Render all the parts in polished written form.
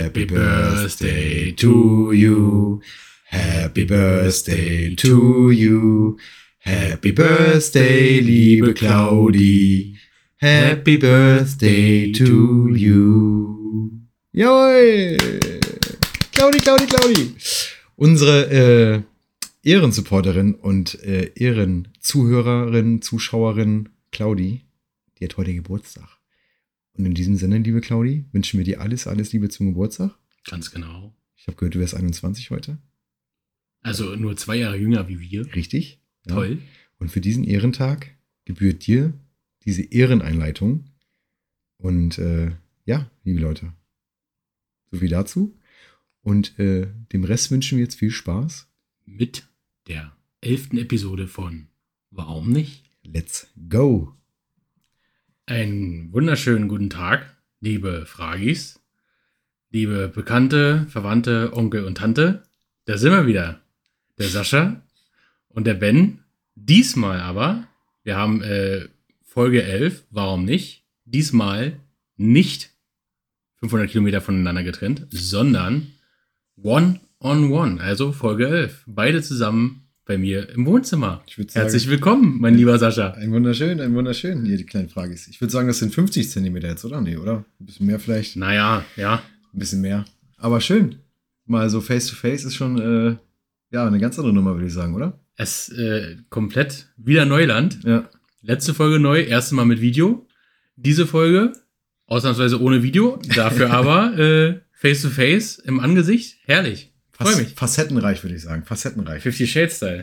Happy Birthday to you. Happy Birthday to you. Happy Birthday, liebe Claudi. Happy Birthday to you. Jawohl! Claudi. Unsere Ehrensupporterin und Ehrenzuhörerin, Zuschauerin Claudi, die hat heute Geburtstag. Und in diesem Sinne, liebe Claudi, wünschen wir dir alles Liebe zum Geburtstag. Ganz genau. Ich habe gehört, du wärst 21 heute. Also nur 2 Jahre jünger wie wir. Richtig. Ja. Toll. Und für diesen Ehrentag gebührt dir diese Ehreneinleitung. Und liebe Leute, so viel dazu. Und dem Rest wünschen wir jetzt viel Spaß. Mit der 11. Episode von Warum nicht? Let's go! Einen wunderschönen guten Tag, liebe Fragis, liebe Bekannte, Verwandte, Onkel und Tante. Da sind wir wieder. Der Sascha und der Ben. Diesmal aber, wir haben Folge 11, warum nicht? Diesmal nicht 500 Kilometer voneinander getrennt, sondern One-on-One, also Folge 11. Beide zusammen bei mir im Wohnzimmer. Herzlich willkommen, mein lieber Sascha. Ein wunderschön. Hier die kleine Frage ist. Ich würde sagen, das sind 50 Zentimeter jetzt, oder? Nee, oder? Ein bisschen mehr vielleicht. Naja, ja. Ein bisschen mehr. Aber schön. Mal so face-to-face ist schon, eine ganz andere Nummer, würde ich sagen, oder? Es komplett wieder Neuland. Ja. Letzte Folge neu, erste Mal mit Video. Diese Folge ausnahmsweise ohne Video, dafür aber face-to-face im Angesicht. Herrlich. Freue mich. Facettenreich, würde ich sagen. Facettenreich. 50 Shades Style.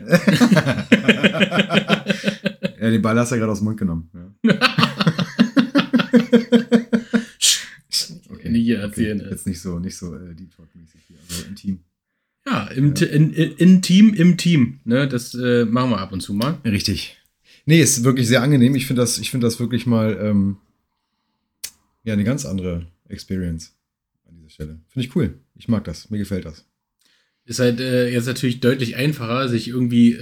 Ja, den Ball hast du ja gerade aus dem Mund genommen. Ja. Okay, nie hier erzählen. Okay. Jetzt nicht so Deep Talk-mäßig hier, also intim. Ja, im Team. Ne? Das machen wir ab und zu mal. Richtig. Nee, ist wirklich sehr angenehm. Ich finde das wirklich mal eine ganz andere Experience an dieser Stelle. Finde ich cool. Ich mag das. Mir gefällt das. Ist halt jetzt natürlich deutlich einfacher, sich irgendwie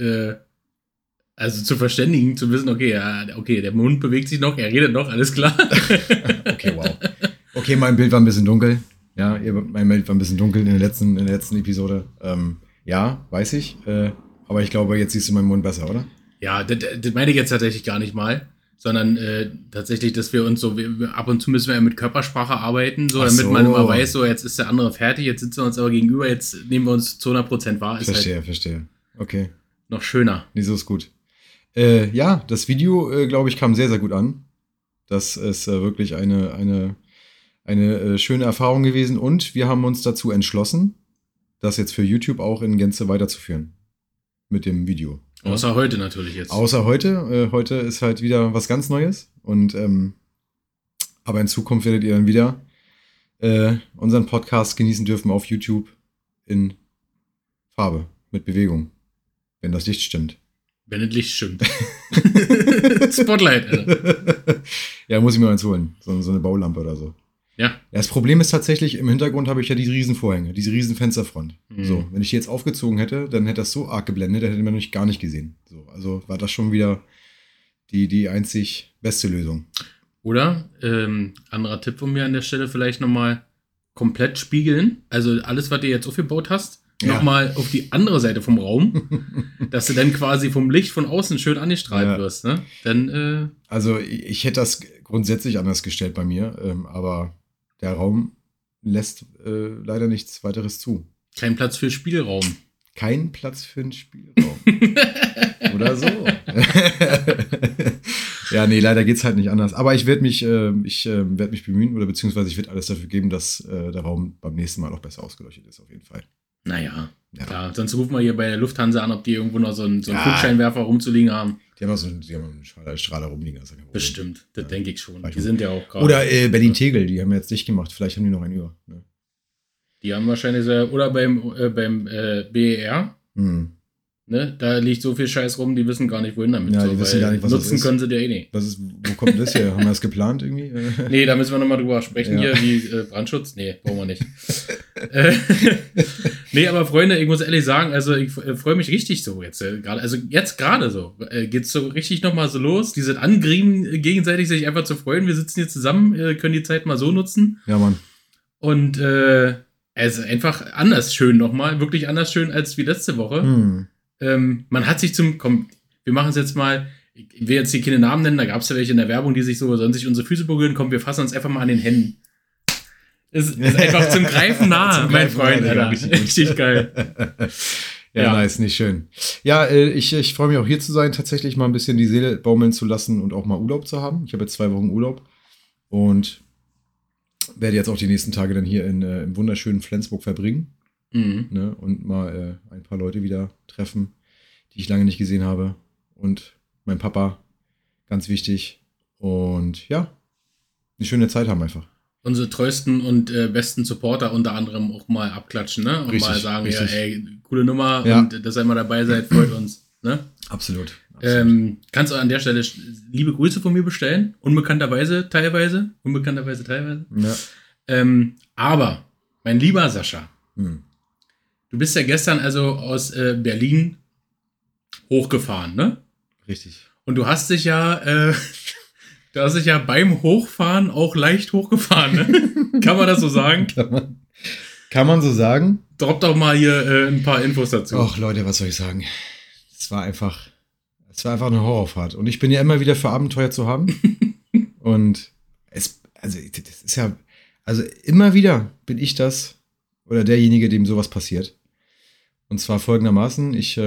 zu verständigen, zu wissen, okay, der Mund bewegt sich noch, er redet noch, alles klar. Okay, wow. Okay, mein Bild war ein bisschen dunkel. Ja, mein Bild war ein bisschen dunkel in der letzten Episode. Ja, weiß ich. Aber ich glaube, jetzt siehst du meinen Mund besser, oder? Ja, das meine ich jetzt tatsächlich gar nicht mal. Sondern tatsächlich, dass wir uns so, ab und zu müssen wir ja mit Körpersprache arbeiten, damit man immer weiß, so jetzt ist der andere fertig, jetzt sitzen wir uns aber gegenüber, jetzt nehmen wir uns zu 100% wahr. Verstehe. Okay. Noch schöner. Nee, so ist gut. Das Video, glaube ich, kam sehr, sehr gut an. Das ist wirklich eine schöne Erfahrung gewesen und wir haben uns dazu entschlossen, das jetzt für YouTube auch in Gänze weiterzuführen. Mit dem Video. Außer heute natürlich jetzt. Außer heute. Heute ist halt wieder was ganz Neues. Und aber in Zukunft werdet ihr dann wieder unseren Podcast genießen dürfen auf YouTube in Farbe, mit Bewegung. Wenn das Licht stimmt. Wenn das Licht stimmt. Spotlight, Alter. Ja, muss ich mir eins holen. So eine Baulampe oder so. Ja. Das Problem ist tatsächlich, im Hintergrund habe ich ja diese riesen Vorhänge, diese riesen Fensterfront. So, wenn ich die jetzt aufgezogen hätte, dann hätte das so arg geblendet, dann hätte man mich gar nicht gesehen. So, also war das schon wieder die einzig beste Lösung. Oder, anderer Tipp von mir an der Stelle, vielleicht nochmal komplett spiegeln. Also alles, was du jetzt aufgebaut hast, nochmal auf die andere Seite vom Raum, dass du dann quasi vom Licht von außen schön angestrahlt wirst. Ne? Dann, also ich hätte das grundsätzlich anders gestellt bei mir, aber der Raum lässt leider nichts weiteres zu. Kein Platz für Spielraum. Kein Platz für einen Spielraum. Oder so. Ja, nee, leider geht's halt nicht anders. Aber ich werde mich bemühen, oder beziehungsweise ich werde alles dafür geben, dass der Raum beim nächsten Mal auch besser ausgeleuchtet ist, auf jeden Fall. Naja, klar. Sonst rufen wir hier bei der Lufthansa an, ob die irgendwo noch so einen Flugscheinwerfer rumzulegen haben. Die haben einen Strahler rumliegen. Also bestimmt, das denke ich schon. Die sind ja auch gerade. Oder Berlin-Tegel, die haben jetzt dicht gemacht. Vielleicht haben die noch einen über. Ne? Die haben wahrscheinlich, oder beim BER. Ne? Da liegt so viel Scheiß rum, die wissen gar nicht, wohin damit. Ja, die wissen gar nicht, was nutzen das ist. Können sie ja eh nicht. Wo kommt das her? Haben wir das geplant irgendwie? Nee, da müssen wir nochmal drüber sprechen hier, wie Brandschutz. Nee, brauchen wir nicht. Nee, aber Freunde, ich muss ehrlich sagen, also ich freue mich richtig so jetzt. Jetzt gerade so. Geht's so richtig nochmal so los. Dieses Angrieben gegenseitig, sich einfach zu freuen. Wir sitzen hier zusammen, können die Zeit mal so nutzen. Ja, Mann. Und Es ist einfach anders schön nochmal, wirklich anders schön als wie letzte Woche. Man hat sich komm, wir machen es jetzt mal, ich will jetzt hier keine Namen nennen, da gab es ja welche in der Werbung, die sollen sich unsere Füße berühren, komm, wir fassen uns einfach mal an den Händen. Ist einfach zum Greifen nah, mein Freund, Alter. Richtig geil. Ja, nice, nicht schön. Ja, ich freue mich auch hier zu sein, tatsächlich mal ein bisschen die Seele baumeln zu lassen und auch mal Urlaub zu haben. Ich habe jetzt 2 Wochen Urlaub und werde jetzt auch die nächsten Tage dann hier im wunderschönen Flensburg verbringen. Ne, und mal ein paar Leute wieder treffen, die ich lange nicht gesehen habe. Und mein Papa, ganz wichtig. Und ja, eine schöne Zeit haben einfach. Unsere treuesten und besten Supporter unter anderem auch mal abklatschen, ne? Und richtig, mal sagen, richtig. Ja, ey, coole Nummer und dass ihr immer dabei seid, freut uns, ne? Absolut. Kannst du an der Stelle liebe Grüße von mir bestellen? Unbekannterweise teilweise. Ja. Aber, mein lieber Sascha, du bist ja gestern also aus Berlin hochgefahren, ne? Richtig. Und du hast dich ja beim Hochfahren auch leicht hochgefahren, ne? Kann man das so sagen? Kann man so sagen. Drop doch mal hier ein paar Infos dazu. Och, Leute, was soll ich sagen? Es war einfach eine Horrorfahrt. Und ich bin ja immer wieder für Abenteuer zu haben. Und das ist ja, also immer wieder bin ich das oder derjenige, dem sowas passiert. Und zwar folgendermaßen, ich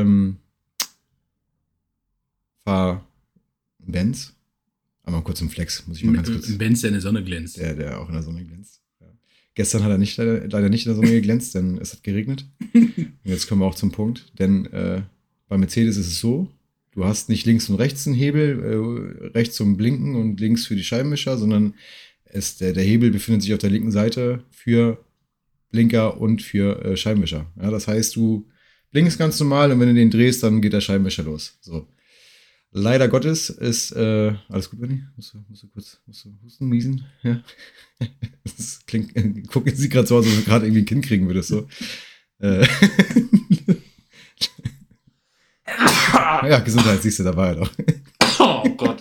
fahre einen Benz. Aber kurz im Flex, muss ich mal ganz kurz. Ein Benz, der in der Sonne glänzt. Der auch in der Sonne glänzt. Ja. Gestern hat er leider nicht in der Sonne geglänzt, denn es hat geregnet. Und jetzt kommen wir auch zum Punkt. Denn bei Mercedes ist es so, du hast nicht links und rechts einen Hebel, rechts zum Blinken und links für die Scheibenwischer, sondern der Hebel befindet sich auf der linken Seite für Blinker und für Scheibenwischer. Ja, das heißt, du blinkst ganz normal und wenn du den drehst, dann geht der Scheibenwischer los. So. Leider Gottes ist, alles gut, Benni? Musst du husten, niesen? Ja. Das klingt, gucken Sie gerade so aus, als ob du gerade irgendwie ein Kind kriegen würdest, so. Ja, Gesundheit, siehst du, da war er doch. Oh Gott.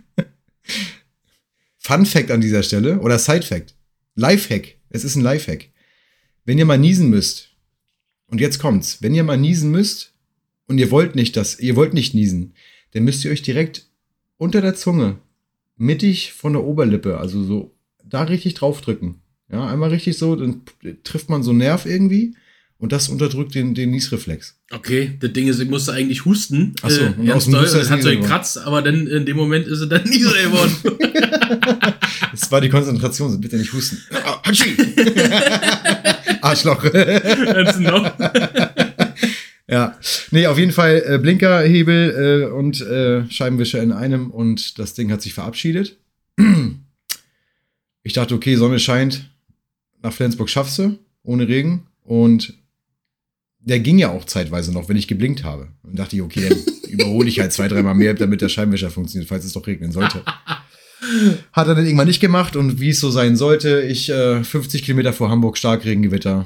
Fun Fact an dieser Stelle, oder Side Fact. Lifehack. Es ist ein Lifehack. Wenn ihr mal niesen müsst, und jetzt kommt's, wenn ihr mal niesen müsst, und ihr wollt nicht niesen, dann müsst ihr euch direkt unter der Zunge, mittig von der Oberlippe, also so, da richtig draufdrücken. Ja, einmal richtig so, dann trifft man so einen Nerv irgendwie und das unterdrückt den Niesreflex. Okay, das Ding ist, ich musste eigentlich husten. Achso, und aus dem das hat so gekratzt, aber dann in dem Moment ist es dann Niese geworden. Das war die Konzentration, so bitte nicht husten. Arschloch. Ja, nee, auf jeden Fall Blinkerhebel und Scheibenwischer in einem und das Ding hat sich verabschiedet. Ich dachte, okay, Sonne scheint, nach Flensburg schaffst du, ohne Regen. Und der ging ja auch zeitweise noch, wenn ich geblinkt habe. Und dachte ich, okay, dann überhole ich halt 2-3 Mal mehr, damit der Scheibenwischer funktioniert, falls es doch regnen sollte. Hat er dann irgendwann nicht gemacht und wie es so sein sollte, ich 50 Kilometer vor Hamburg Starkregengewitter.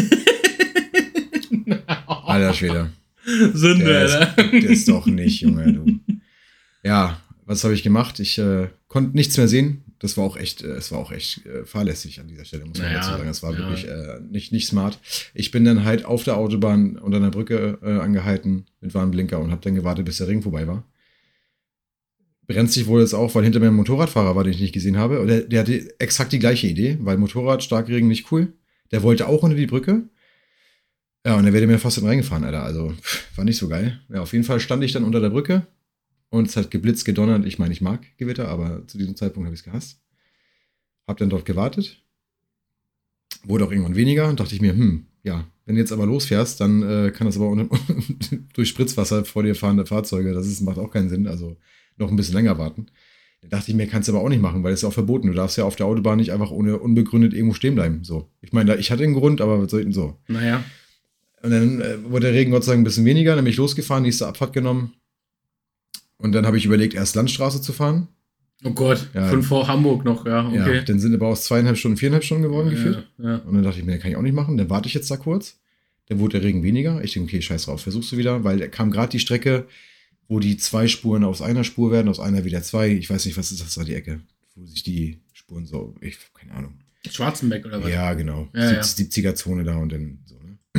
Alter Schwede. Sünde, Alter. Das ist doch nicht, Junge, du. Ja, was habe ich gemacht? Ich konnte nichts mehr sehen. Es war auch echt fahrlässig an dieser Stelle, muss man dazu sagen. Es war wirklich nicht smart. Ich bin dann halt auf der Autobahn unter einer Brücke angehalten mit Warnblinker und habe dann gewartet, bis der Regen vorbei war. Brenzlig wurde es auch, weil hinter mir ein Motorradfahrer war, den ich nicht gesehen habe. Und der hatte exakt die gleiche Idee, weil Motorrad, Starkregen nicht cool. Der wollte auch unter die Brücke. Ja, und dann wäre der mir fast reingefahren, Alter. Also, war nicht so geil. Ja, auf jeden Fall stand ich dann unter der Brücke und es hat geblitzt, gedonnert. Ich meine, ich mag Gewitter, aber zu diesem Zeitpunkt habe ich es gehasst. Hab dann dort gewartet. Wurde auch irgendwann weniger und dachte ich mir, ja, wenn du jetzt aber losfährst, dann kann das aber durch Spritzwasser vor dir fahrende Fahrzeuge, macht auch keinen Sinn, also noch ein bisschen länger warten. Da dachte ich mir, kannst du aber auch nicht machen, weil das ist ja auch verboten. Du darfst ja auf der Autobahn nicht einfach unbegründet irgendwo stehen bleiben. So. Ich meine, ich hatte einen Grund, aber was soll ich denn so? Naja. Und dann wurde der Regen Gott sei Dank ein bisschen weniger, dann bin ich losgefahren, nächste Abfahrt genommen. Und dann habe ich überlegt, erst Landstraße zu fahren. Oh Gott, von vor Hamburg noch, ja, okay. Ja, dann sind aber aus 2,5 Stunden, 4,5 Stunden geworden gefühlt. Ja. Und dann dachte ich mir, kann ich auch nicht machen, dann warte ich jetzt da kurz. Dann wurde der Regen weniger. Ich denke, okay, scheiß drauf, versuchst du wieder, weil da kam gerade die Strecke, wo die 2 Spuren aus einer Spur werden, aus einer wieder 2. Ich weiß nicht, was ist das da, die Ecke, wo sich die Spuren so, keine Ahnung. Schwarzenbeck oder was? Ja, genau. Ja, 70er-Zone da und dann so,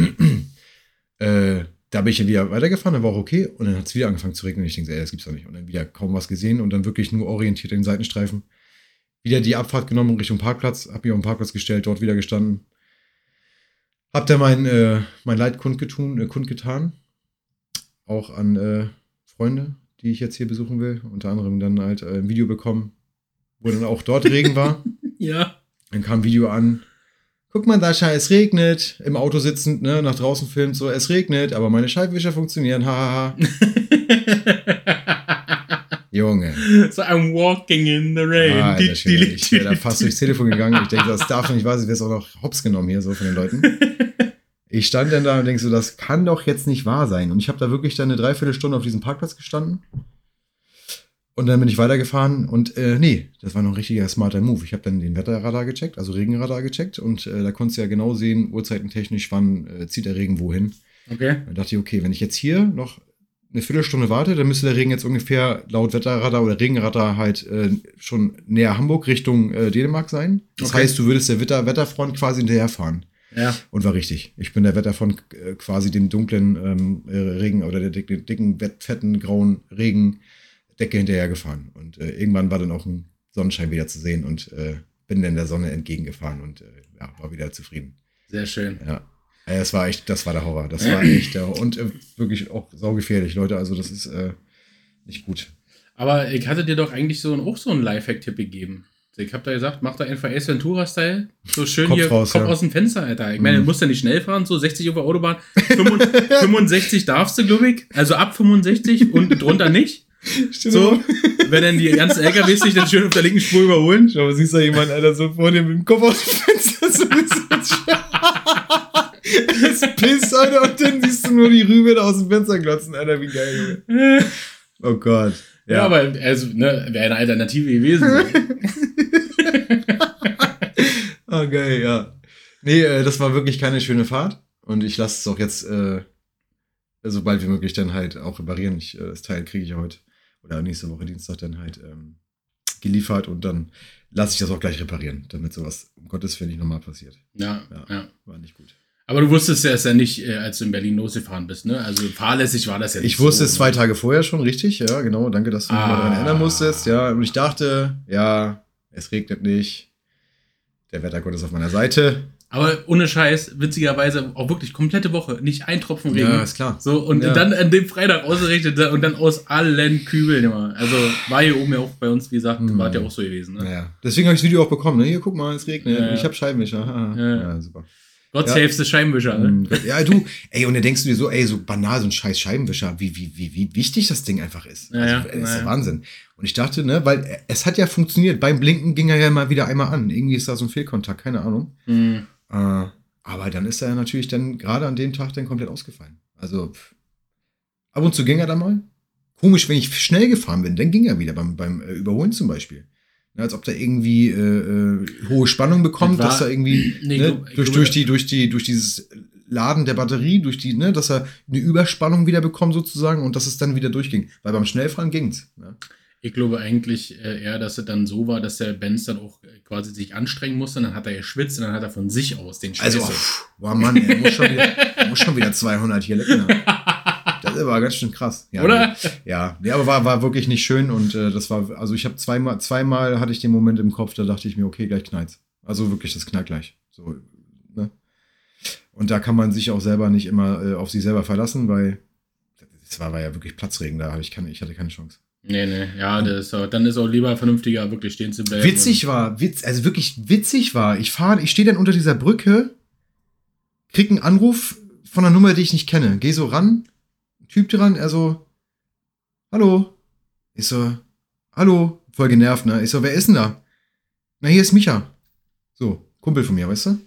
ne? Da bin ich ja wieder weitergefahren, dann war auch okay. Und dann hat es wieder angefangen zu regnen. Und ich denke, ey, das gibt's doch nicht. Und dann wieder kaum was gesehen und dann wirklich nur orientiert in den Seitenstreifen. Wieder die Abfahrt genommen Richtung Parkplatz. Hab mich auf den Parkplatz gestellt, dort wieder gestanden. Hab da mein Leid kundgetan. Auch an Freunde, die ich jetzt hier besuchen will. Unter anderem dann halt ein Video bekommen, wo dann auch dort Regen war. Ja. Dann kam ein Video an. Guck mal, Sascha, es regnet. Im Auto sitzend, ne, nach draußen filmt, so, es regnet, aber meine Scheibenwischer funktionieren, hahaha. Junge. So, I'm walking in the rain. Ich wäre da fast durchs Telefon gegangen. Ich denke, das darf nicht wahr sein. Ich wäre es auch noch hops genommen hier, so von den Leuten. Ich stand dann da und denke so, das kann doch jetzt nicht wahr sein. Und ich habe da wirklich dann eine Dreiviertelstunde auf diesem Parkplatz gestanden. Und dann bin ich weitergefahren und nee, das war noch ein richtiger smarter Move. Ich habe dann den Wetterradar gecheckt, also Regenradar gecheckt und da konntest du ja genau sehen, uhrzeitentechnisch, wann zieht der Regen wohin. Okay. Dann dachte ich, okay, wenn ich jetzt hier noch eine Viertelstunde warte, dann müsste der Regen jetzt ungefähr laut Wetterradar oder Regenradar halt schon näher Hamburg Richtung Dänemark sein. Das heißt, du würdest der Wetterfront quasi hinterherfahren. Ja. Und war richtig. Ich bin der Wetterfront quasi dem dunklen Regen oder der dicken, fetten, grauen Regen Decke hinterher gefahren. Und irgendwann war dann auch ein Sonnenschein wieder zu sehen und bin dann der Sonne entgegengefahren und ja, war wieder zufrieden. Sehr schön. Ja. Das war der Horror. Das war echt der Horror. Und wirklich auch saugefährlich, Leute. Also das ist nicht gut. Aber ich hatte dir doch eigentlich auch so einen Lifehack-Tipp gegeben. Ich hab da gesagt, mach da einfach Ace Ventura-Style. So schön Kopf hier, raus, Kopf ja. aus dem Fenster, Alter. Ich meine, du musst ja nicht schnell fahren, so 60 auf der Autobahn. 65 darfst du, glaube ich. Also ab 65 und drunter nicht. Stimmt. So, wenn dann die ganzen LKWs sich dann schön auf der linken Spur überholen. Schau, siehst du jemanden, Alter, so vor dir mit dem Kopf aus dem Fenster so ein bisschen. Das pisst, Alter, und dann siehst du nur die Rübe da aus dem Fenster glotzen, Alter, wie geil, Junge. Oh Gott. Ja, aber also, ne, wäre eine Alternative gewesen. Oh, geil, ja. Nee, das war wirklich keine schöne Fahrt. Und ich lasse es auch jetzt, sobald wie möglich dann halt auch reparieren. Das Teil kriege ich heute oder nächste Woche Dienstag dann halt geliefert und dann lasse ich das auch gleich reparieren, damit sowas um Gottes Willen nicht nochmal passiert. Ja. War nicht gut. Aber du wusstest ja, ja nicht, als du in Berlin losgefahren bist, ne? Also fahrlässig war das ja nicht. Ich wusste es so, 2 Tage vorher schon, richtig, ja, genau. Danke, dass du mich mal daran erinnern musstest, ja. Und ich dachte, ja, es regnet nicht. Der Wettergott ist auf meiner Seite. Aber ohne Scheiß, witzigerweise auch wirklich komplette Woche, nicht ein Tropfen Regen. Ja, ist klar. So, und dann an dem Freitag ausgerechnet und dann aus allen Kübeln immer. Also war hier oben ja auch bei uns, wie gesagt, war ja auch so gewesen. Ne? Ja. Deswegen habe ich das Video auch bekommen. Ne? Hier, guck mal, es regnet. Ja. Ich habe Scheibenwischer. Ja, super. God saves the Scheibenwischer. Ne? Ja, du, ey, und dann denkst du dir so, ey, so banal, so ein scheiß Scheibenwischer, wie wichtig das Ding einfach ist. Ja, also, das ist ja Wahnsinn. Und ich dachte, ne, weil es hat ja funktioniert. Beim Blinken ging er ja mal wieder einmal an. Irgendwie ist da so ein Fehlkontakt, keine Ahnung. Mhm. Aber dann ist er ja natürlich dann gerade an dem Tag dann komplett ausgefallen. Also ab und zu ging er da mal. Komisch, wenn ich schnell gefahren bin, dann ging er wieder beim Überholen zum Beispiel. Ja, als ob da irgendwie hohe Spannung bekommt, dass er irgendwie durch dieses Laden der Batterie, dass er eine Überspannung wieder bekommt sozusagen und dass es dann wieder durchging. Weil beim Schnellfahren ging's. Ne? Ich glaube eigentlich eher, dass es dann so war, dass der Benz dann auch quasi sich anstrengen musste, dann hat er geschwitzt und dann hat er von sich aus den Schweiß. Also, boah Mann, er muss schon wieder 200 hier lecken. Das war ganz schön krass. Ja, oder? Ja, aber war wirklich nicht schön und das war, also ich habe zweimal hatte ich den Moment im Kopf, da dachte ich mir, okay, gleich knallt's. Also wirklich, das knallt gleich. So, ne? Und da kann man sich auch selber nicht immer auf sich selber verlassen, weil das war ja wirklich Platzregen, ich hatte keine Chance. Nee, ja, dann ist auch lieber vernünftiger, wirklich stehen zu bleiben. Witzig war, ich stehe dann unter dieser Brücke, krieg einen Anruf von einer Nummer, die ich nicht kenne, geh so ran, Typ dran, er so, hallo. Ich so, hallo, voll genervt, ne? Ich so, wer ist denn da? Na, hier ist Micha. So, Kumpel von mir, weißt du?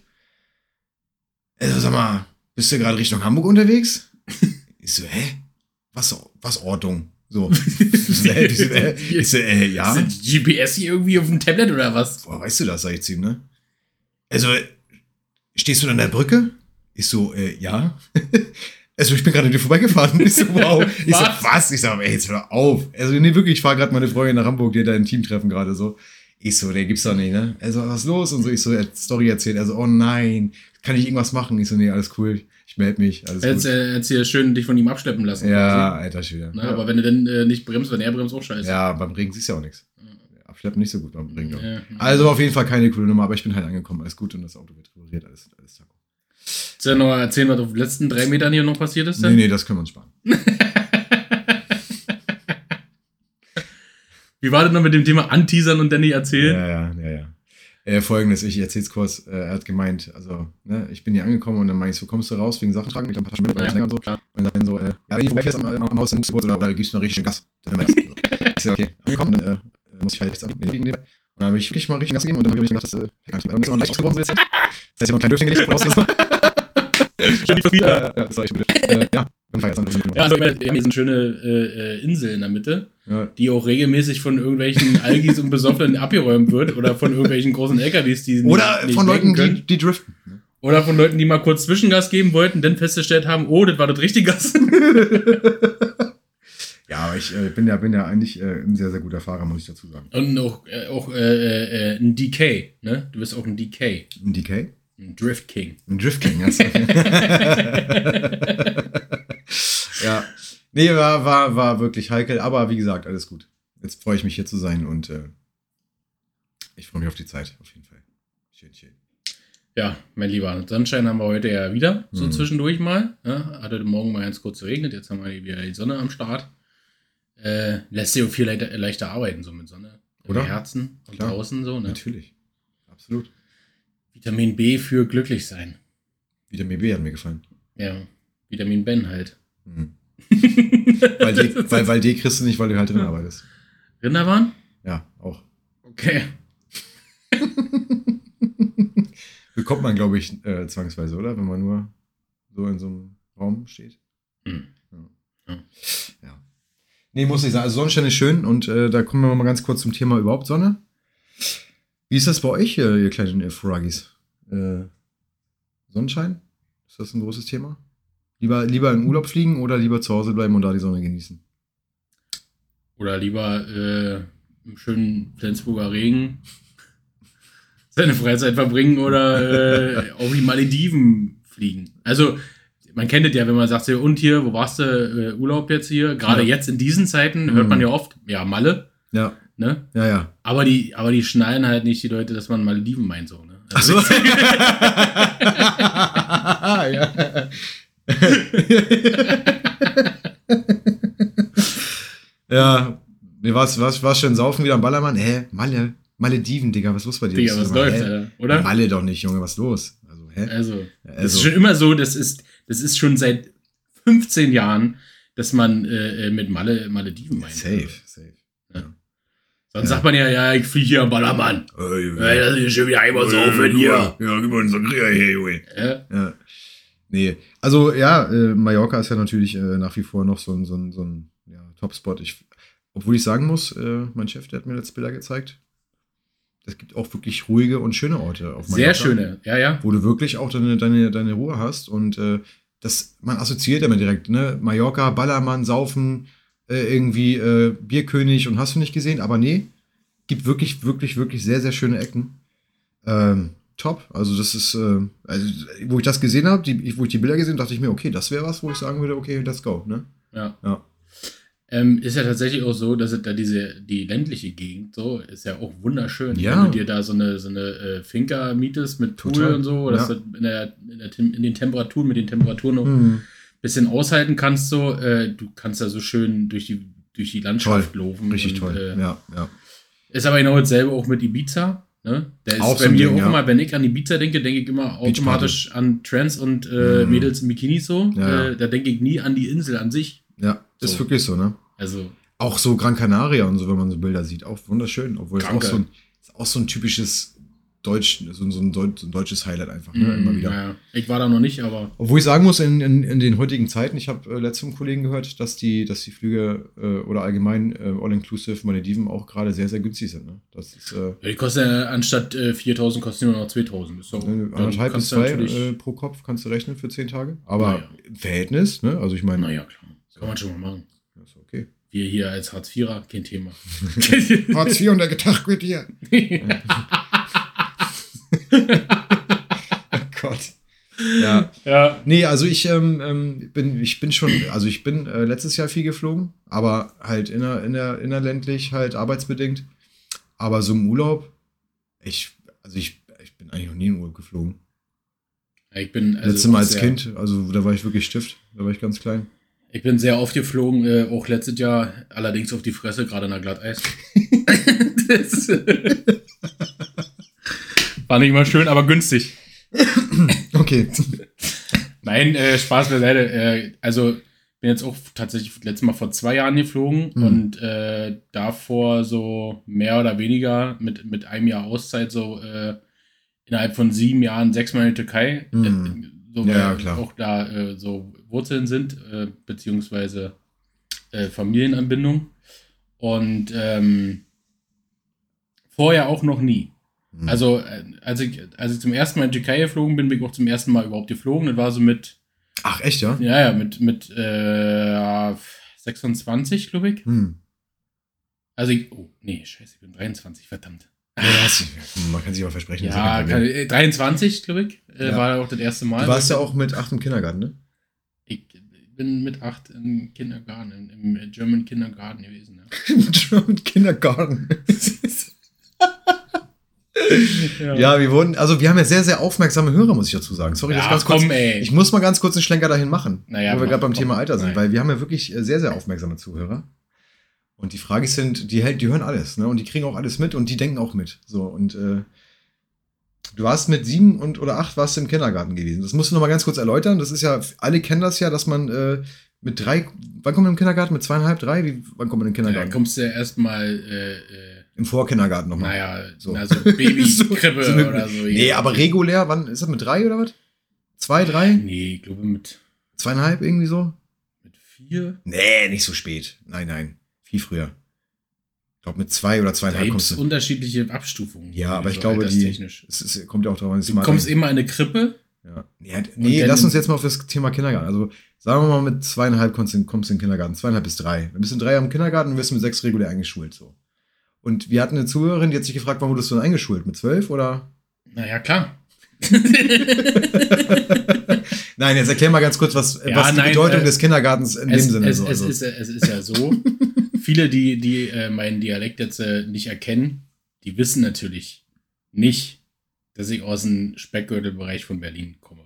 Also, sag mal, bist du gerade Richtung Hamburg unterwegs? Ich so, hä? Was Ortung? So. Ich so, ja. Ist das GPS hier irgendwie auf dem Tablet oder was? Boah, weißt du das, sag ich zu ihm, ne? Also, stehst du an der Brücke? Ich so, ja. Also, ich bin gerade an dir vorbeigefahren. Ich so, wow. Ich so, was? Ich so, ey, jetzt hör auf. Also, nee, wirklich, ich fahre gerade meine Freundin nach Hamburg, die hat da ein Teamtreffen gerade so. Ich so, der gibt's doch nicht, ne? Also, was ist los? Und so, ich so, Story erzählt. Also, oh nein, kann ich irgendwas machen? Ich so, nee, alles cool. Ich melde mich. Alles Jetzt hier schön dich von ihm abschleppen lassen. Ja, Alter, Schwede. Na, aber wenn du dann nicht bremst, wenn er bremst, auch scheiße. Ja, beim Regen siehst du ja auch nichts. Abschleppen nicht so gut beim Regen. Ja. Also auf jeden Fall keine coole Nummer, aber ich bin halt angekommen. Alles gut und das Auto wird repariert. Alles Taco. Sollst du noch erzählen, was auf den letzten 3 Metern hier noch passiert ist? Denn? Nee, das können wir uns sparen. Wie war das noch mit dem Thema Anteasern und Danny erzählen? Ja. Folgendes, ich erzähl's kurz. Er hat gemeint, also, ne, ich bin hier angekommen und dann meinte ich so, kommst du raus wegen Sachen tragen? Ich hab ein paar Stunden länger und so. Klar. Und dann so, ja, wenn ich vorbeifährst am Haus, dann musst du oder gibst du noch richtig schön Gas. Dann ich so, okay, angekommen, dann muss ich halt rechts abbiegen. Und dann habe ich wirklich mal richtig Gas gegeben und dann habe ich gedacht, das ist noch leicht ausgebrochen. Das heißt, ich habe noch ein kleines Dürfchen gelegt, raus. Das war echt blöd. Ja. Ja, also wir haben hier so eine schöne Insel in der Mitte, die auch regelmäßig von irgendwelchen Algis und Besoffenen abgeräumt wird oder von irgendwelchen großen LKWs, die oder nicht von Leuten, können. die driften. Oder von Leuten, die mal kurz Zwischengas geben wollten, dann festgestellt haben, oh, das war das richtige Gas. Ja, aber ich bin ja eigentlich ein sehr, sehr guter Fahrer, muss ich dazu sagen. Und auch ein DK, ne? Du bist auch ein DK. Ein DK? Ein Drift King. Ein Drift King, ja. Ja. Nee, war wirklich heikel, aber wie gesagt, alles gut. Jetzt freue ich mich hier zu sein und ich freue mich auf die Zeit, auf jeden Fall. Schön. Ja, mein Lieber, Sonnenschein haben wir heute ja wieder, so zwischendurch mal. Ja, hat heute Morgen mal ganz kurz geregnet, jetzt haben wir wieder die Sonne am Start. Lässt sich auch viel leichter arbeiten, so mit Sonne. Oder? Im Herzen und Klar. draußen so, ne? Natürlich. Absolut. Vitamin B für glücklich sein. Vitamin B hat mir gefallen. Ja, Vitamin Ben halt. Weil D kriegst du nicht, weil du halt drin arbeitest. Rinderwahn? Ja, auch. Okay. Bekommt man, glaube ich, zwangsweise, oder? Wenn man nur so in so einem Raum steht. Ja. Nee, muss ich sagen. Also Sonnenschein ist schön und da kommen wir mal ganz kurz zum Thema überhaupt Sonne. Wie ist das bei euch, ihr kleinen Froggies? Sonnenschein? Ist das ein großes Thema? Lieber in Urlaub fliegen oder lieber zu Hause bleiben und da die Sonne genießen? Oder lieber im schönen Flensburger Regen seine Freizeit verbringen oder auf die Malediven fliegen. Also, man kennt es ja, wenn man sagt, und hier, wo warst du Urlaub jetzt hier? Gerade jetzt in diesen Zeiten hört man ja oft, ja, Malle. Ja. Ne? Ja. Aber die schnallen halt nicht die Leute, dass man Malediven meint, so, ne? Also Ach so. Ja. Nee, was schön saufen wieder am Ballermann? Malediven, Digga, was ist los bei dir? Digga, was läuft, Alter, oder? Malle doch nicht, Junge, was ist los? Also, das ist schon immer so, das ist schon seit 15 Jahren, dass man mit Malediven meint. Safe. Ja. Sonst sagt man ja, ich fliege hier am Ballermann. Das ist schon wieder einmal saufen hier. Ja, gib mal einen Sangria hier, Junge. Ja. Nee, also Mallorca ist ja natürlich nach wie vor noch so ein Top-Spot. Obwohl ich sagen muss, mein Chef, der hat mir letzte Bilder gezeigt, es gibt auch wirklich ruhige und schöne Orte auf Mallorca. Sehr schöne, ja. Wo du wirklich auch deine Ruhe hast und man assoziiert damit direkt, ne? Mallorca, Ballermann, Saufen, irgendwie Bierkönig und hast du nicht gesehen, aber nee, gibt wirklich, wirklich, wirklich sehr, sehr schöne Ecken. Top, also das ist, wo ich das gesehen habe, wo ich die Bilder gesehen habe, dachte ich mir, okay, das wäre was, wo ich sagen würde, okay, let's go, ne? Ja. Ist ja tatsächlich auch so, dass da die ländliche Gegend so ist ja auch wunderschön. Ja. Wenn du dir da so eine Finca mietest mit Pool und so, dass du in den Temperaturen, mit den Temperaturen noch ein bisschen aushalten kannst, so, du kannst da so schön durch die Landschaft laufen. Richtig toll. Ja. Ist aber genau dasselbe auch mit Ibiza. Ne? Der ist auch bei so mir Ding, auch immer, wenn ich an Ibiza denke ich immer automatisch an Trans und Mädels in Bikinis so. Ja. Da denke ich nie an die Insel an sich. Ja, ist so. wirklich so, ne? Also auch so Gran Canaria und so, wenn man so Bilder sieht, auch wunderschön. Obwohl es auch so ein typisches so ein deutsches Highlight einfach, ne? Immer wieder. Ja. Ich war da noch nicht, aber. Obwohl ich sagen muss, in den heutigen Zeiten, ich habe letztens vom Kollegen gehört, dass die Flüge oder allgemein All-Inclusive Malediven auch gerade sehr, sehr günstig sind. Ne? Das ist, die kosten ja anstatt 4.000 kosten nur noch 2.000. So, 1,5 bis 2 pro Kopf kannst du rechnen für 10 Tage. Aber im Verhältnis, ne? Also ich meine. Naja, klar. Das kann man schon mal machen. Das ist okay. Wir hier als Hartz-IVer, kein Thema. Hartz IV und der Getag mit dir. Oh Gott. Ja. Ja. Nee, also ich bin schon, also ich bin letztes Jahr viel geflogen, aber halt innerländlich halt arbeitsbedingt. Aber so im Urlaub, ich bin eigentlich noch nie in Urlaub geflogen. Ich bin Letztes Mal als Kind, also da war ich wirklich Stift, da war ich ganz klein. Ich bin sehr oft geflogen, auch letztes Jahr, allerdings auf die Fresse, gerade in der Glatteis. Das war nicht mal schön, aber günstig. Okay. Nein, Spaß beiseite. Also bin jetzt auch tatsächlich letztes Mal vor 2 Jahren geflogen und davor so mehr oder weniger mit einem Jahr Auszeit so innerhalb von 7 Jahren 6-mal in die Türkei. So, Ja, weil klar. auch da so Wurzeln sind, beziehungsweise Familienanbindung. Und vorher auch noch nie. Also, als ich zum ersten Mal in die Türkei geflogen bin ich auch zum ersten Mal überhaupt geflogen. Das war so mit. Ach, echt, ja? Ja, mit 26, glaube ich. Also, scheiße, ich bin 23, verdammt. Ja, man kann sich aber versprechen. Ja, 23, glaube ich, Ja. war auch das erste Mal. Du warst ja auch mit 8 im Kindergarten, ne? Ich bin mit 8 im Kindergarten, im German Kindergarten gewesen. German Kindergarten. Ja. Ja, wir haben ja sehr, sehr aufmerksame Hörer, muss ich dazu sagen. Sorry, Ja, das ganz komm, kurz. ey. Ich muss mal ganz kurz einen Schlenker dahin machen, Naja, wo wir gerade beim komm, Thema Alter sind, nein. weil wir haben ja wirklich sehr, sehr aufmerksame Zuhörer. Und die Frage sind, die hören alles, ne? Und die kriegen auch alles mit und die denken auch mit. So, und du warst mit 7 oder 8 warst du im Kindergarten gewesen. Das musst du noch mal ganz kurz erläutern. Das ist ja, alle kennen das ja, dass man mit 3, wann kommt man im Kindergarten? Mit 2,5, 3? Wann kommt man in den Da Kindergarten? kommst du ja erstmal, Im Vorkindergarten nochmal. naja, So. so Babykrippe So oder so. Nee, aber regulär, wann ist das mit 3 oder was? 2, 3? Nee, ich glaube mit 2,5 irgendwie so? 4. Nee, nicht so spät. Nein. Viel früher. Ich glaube, mit 2 oder 2,5 Da gibt kommst es du. unterschiedliche Abstufungen. Ja, aber ich so glaube, alterstechnisch. kommt ja auch darauf an. Du kommst immer in eine Krippe. Ja. Nee, lass uns jetzt mal auf das Thema Kindergarten. Also, sagen wir mal, mit 2,5 kommst du in den Kindergarten. 2,5 bis 3. Dann bist du in 3 Jahren im Kindergarten und wirst mit 6 regulär eingeschult. So. Und wir hatten eine Zuhörerin, die hat sich gefragt, wann wurdest du denn eingeschult? Mit 12 oder? Naja, klar. Nein, jetzt erklär mal ganz kurz, was die Bedeutung des Kindergartens in dem Sinne ist. Es ist ja so, viele, die meinen Dialekt jetzt nicht erkennen, die wissen natürlich nicht, dass ich aus dem Speckgürtelbereich von Berlin komme.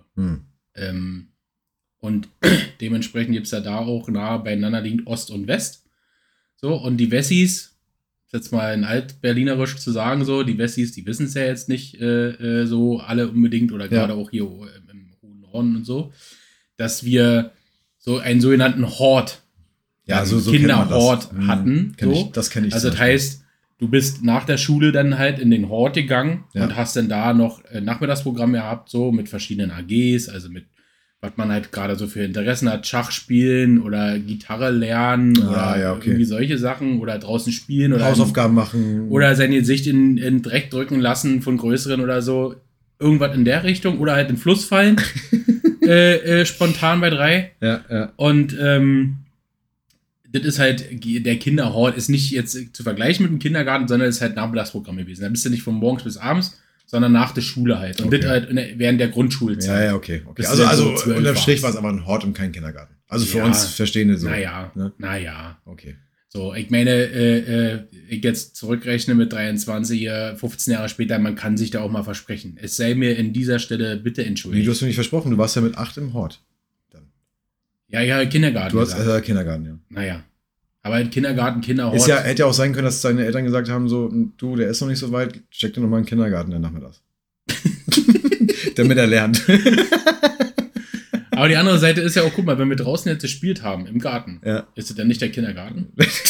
Und dementsprechend gibt es ja da auch nah beieinander liegend Ost und West. So, und die Wessis, jetzt mal in Altberlinerisch zu sagen, so, die Wessis, die wissen es ja jetzt nicht so alle unbedingt oder gerade auch hier im hohen Norden und so, dass wir so einen sogenannten Hort, so Kinderhort hatten. Das kenne ich. Also das heißt, du bist nach der Schule dann halt in den Hort gegangen und hast dann da noch Nachmittagsprogramm gehabt, so mit verschiedenen AGs, also mit was man halt gerade so für Interessen hat, Schach spielen oder Gitarre lernen oder irgendwie solche Sachen oder draußen spielen oder Hausaufgaben machen oder sein Gesicht in Dreck drücken lassen von Größeren oder so. Irgendwas in der Richtung oder halt in den Fluss fallen. Spontan bei 3. Ja. Und das ist halt, der Kinderhort ist nicht jetzt zu vergleichen mit dem Kindergarten, sondern ist halt Nachmittagsprogramm gewesen. Da bist du nicht von morgens bis abends, sondern nach der Schule halt. Und das halt während der Grundschulzeit. Ja, okay. Also unterm Strich war es aber ein Hort und kein Kindergarten. Also für uns Verstehende so. Naja. Okay. So, ich meine, ich jetzt zurückrechne mit 23, 15 Jahre später, man kann sich da auch mal versprechen. Es sei mir in dieser Stelle bitte entschuldigt. Nee, du hast mir nicht versprochen, du warst ja mit 8 im Hort. Dann. Ja, Kindergarten. Du hast Kindergarten, ja. Naja. Aber im Kindergarten, Kinderhort. Hätte ja auch sein können, dass deine Eltern gesagt haben, so, du, der ist noch nicht so weit, steck dir noch mal in den Kindergarten dann nachmittags. Damit er lernt. Aber die andere Seite ist ja auch, guck mal, wenn wir draußen jetzt gespielt haben, im Garten, ist das dann nicht der Kindergarten?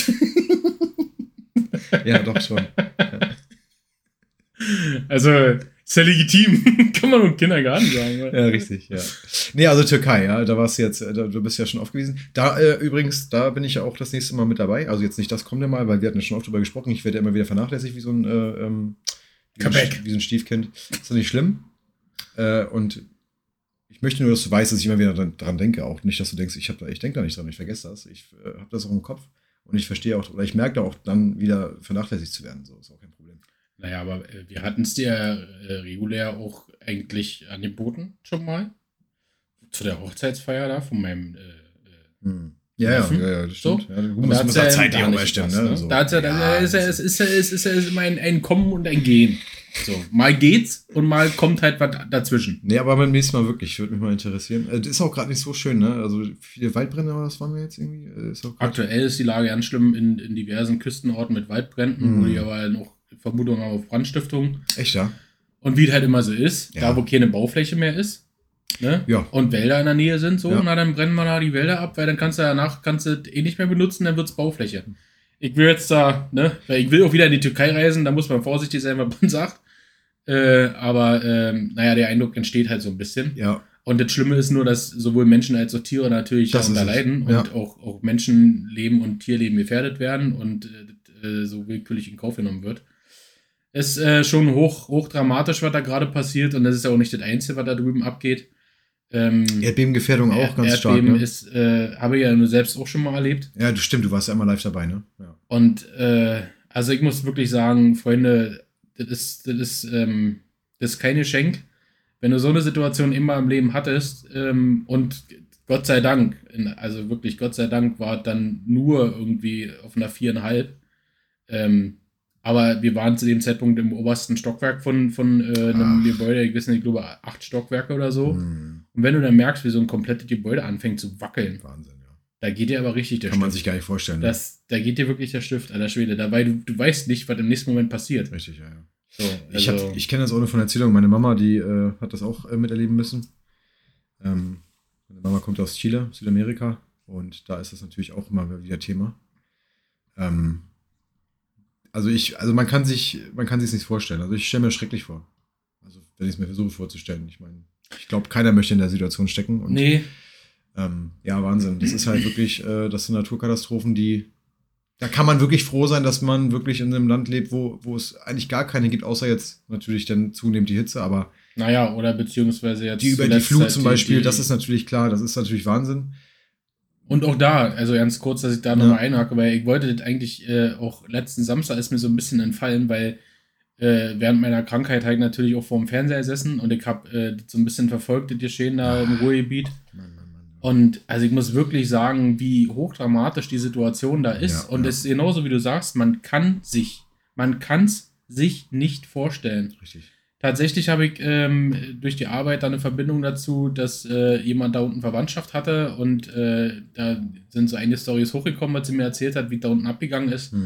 Ja, doch schon. Ja. Also, ist ja legitim. Kann man im Kindergarten sagen. Oder? Ja, richtig, ja. Nee, also Türkei, ja, da warst du jetzt, du bist ja schon aufgewiesen. Da übrigens, da bin ich ja auch das nächste Mal mit dabei. Also jetzt nicht das kommende Mal, weil wir hatten ja schon oft drüber gesprochen. Ich werde ja immer wieder vernachlässigt wie so ein wie so ein Stiefkind. Ist doch nicht schlimm. Und ich möchte nur, dass du weißt, dass ich immer wieder dran denke. Auch nicht, dass du denkst, ich denke da nicht dran, ich vergesse das. Ich habe das auch im Kopf. Und ich verstehe auch, oder ich merke da auch dann wieder vernachlässigt zu werden. So ist auch kein Problem. Naja, aber wir hatten es dir regulär auch eigentlich angeboten schon mal. Zu der Hochzeitsfeier da von meinem Ja, Neffen. das stimmt. So. Ja, du Und musst hat's ja ja zeitlich gar auch nicht mal stimmen. gepasst, Ne? ne? So. Da hat's ja, es ist ja immer ein Kommen und ein Gehen. So, mal geht's und mal kommt halt was dazwischen. Nee, aber beim nächsten Mal wirklich, würde mich mal interessieren. Das ist auch gerade nicht so schön, ne? Also viele Waldbrände, aber das waren wir jetzt irgendwie. Ist auch Aktuell ist die Lage ganz schlimm in diversen Küstenorten mit Waldbränden, wo die aber noch Vermutungen haben auf Brandstiftung. Echt, ja? Und wie es halt immer so ist, Ja. da wo keine Baufläche mehr ist, ne? Ja. Und Wälder in der Nähe sind, so, Ja. na dann brennen wir da die Wälder ab, weil dann kannst du nicht mehr benutzen, dann wird's Baufläche. Ich will jetzt da, ne, weil ich will auch wieder in die Türkei reisen, da muss man vorsichtig sein, was man sagt. Aber der Eindruck entsteht halt so ein bisschen. Ja. Und das Schlimme ist nur, dass sowohl Menschen als auch Tiere natürlich Das darunter ist es. leiden Ja. und auch Menschenleben und Tierleben gefährdet werden und so willkürlich in Kauf genommen wird. Es ist schon hoch dramatisch, was da gerade passiert, und das ist ja auch nicht das Einzige, was da drüben abgeht. Erdbebengefährdung auch ganz stark. Erdbeben Ne? habe ich ja nur selbst auch schon mal erlebt. Ja, das stimmt, du warst ja immer live dabei, ne? Ja. Und also ich muss wirklich sagen, Freunde, das ist kein Geschenk. Wenn du so eine Situation immer im Leben hattest, und Gott sei Dank, also wirklich Gott sei Dank, war dann nur irgendwie auf einer 4,5. Aber wir waren zu dem Zeitpunkt im obersten Stockwerk von einem Gebäude, ich weiß nicht, ich glaube 8 Stockwerke oder so. Und wenn du dann merkst, wie so ein komplettes Gebäude anfängt zu wackeln, Wahnsinn, ja. da geht dir aber richtig der Kann man Stift. sich gar nicht vorstellen. Ne? Da geht dir wirklich der Stift, alter Schwede. Dabei, du weißt nicht, was im nächsten Moment passiert. Richtig, ja. So, Ich kenne das auch nur von Erzählungen. Meine Mama, die hat das auch miterleben müssen. Meine Mama kommt aus Chile, Südamerika. Und da ist das natürlich auch immer wieder Thema. Also man kann sich nicht vorstellen. Also ich stelle mir das schrecklich vor. Also wenn ich es mir versuche vorzustellen. Ich meine, ich glaube, keiner möchte in der Situation stecken. Und, nee. Ja, Wahnsinn. Das ist halt wirklich, das sind Naturkatastrophen, da kann man wirklich froh sein, dass man wirklich in einem Land lebt, wo es eigentlich gar keine gibt, außer jetzt natürlich dann zunehmend die Hitze, aber Naja, oder beziehungsweise jetzt die über die zuletzt Flut halt zum Beispiel, das ist natürlich klar, das ist natürlich Wahnsinn. Und auch da, also ganz kurz, dass ich da nochmal einhake, weil ich wollte das eigentlich auch letzten Samstag ist mir so ein bisschen entfallen, weil während meiner Krankheit halt natürlich auch vor dem Fernseher gesessen und ich habe so ein bisschen verfolgt, das Geschehen da im Ruhrgebiet. Mann. Und also ich muss wirklich sagen, wie hochdramatisch die Situation da ist. Und es ist genauso wie du sagst, man kann es sich nicht vorstellen. Richtig. Tatsächlich habe ich durch die Arbeit dann eine Verbindung dazu, dass jemand da unten Verwandtschaft hatte und da sind so einige Storys hochgekommen, was sie mir erzählt hat, wie da unten abgegangen ist.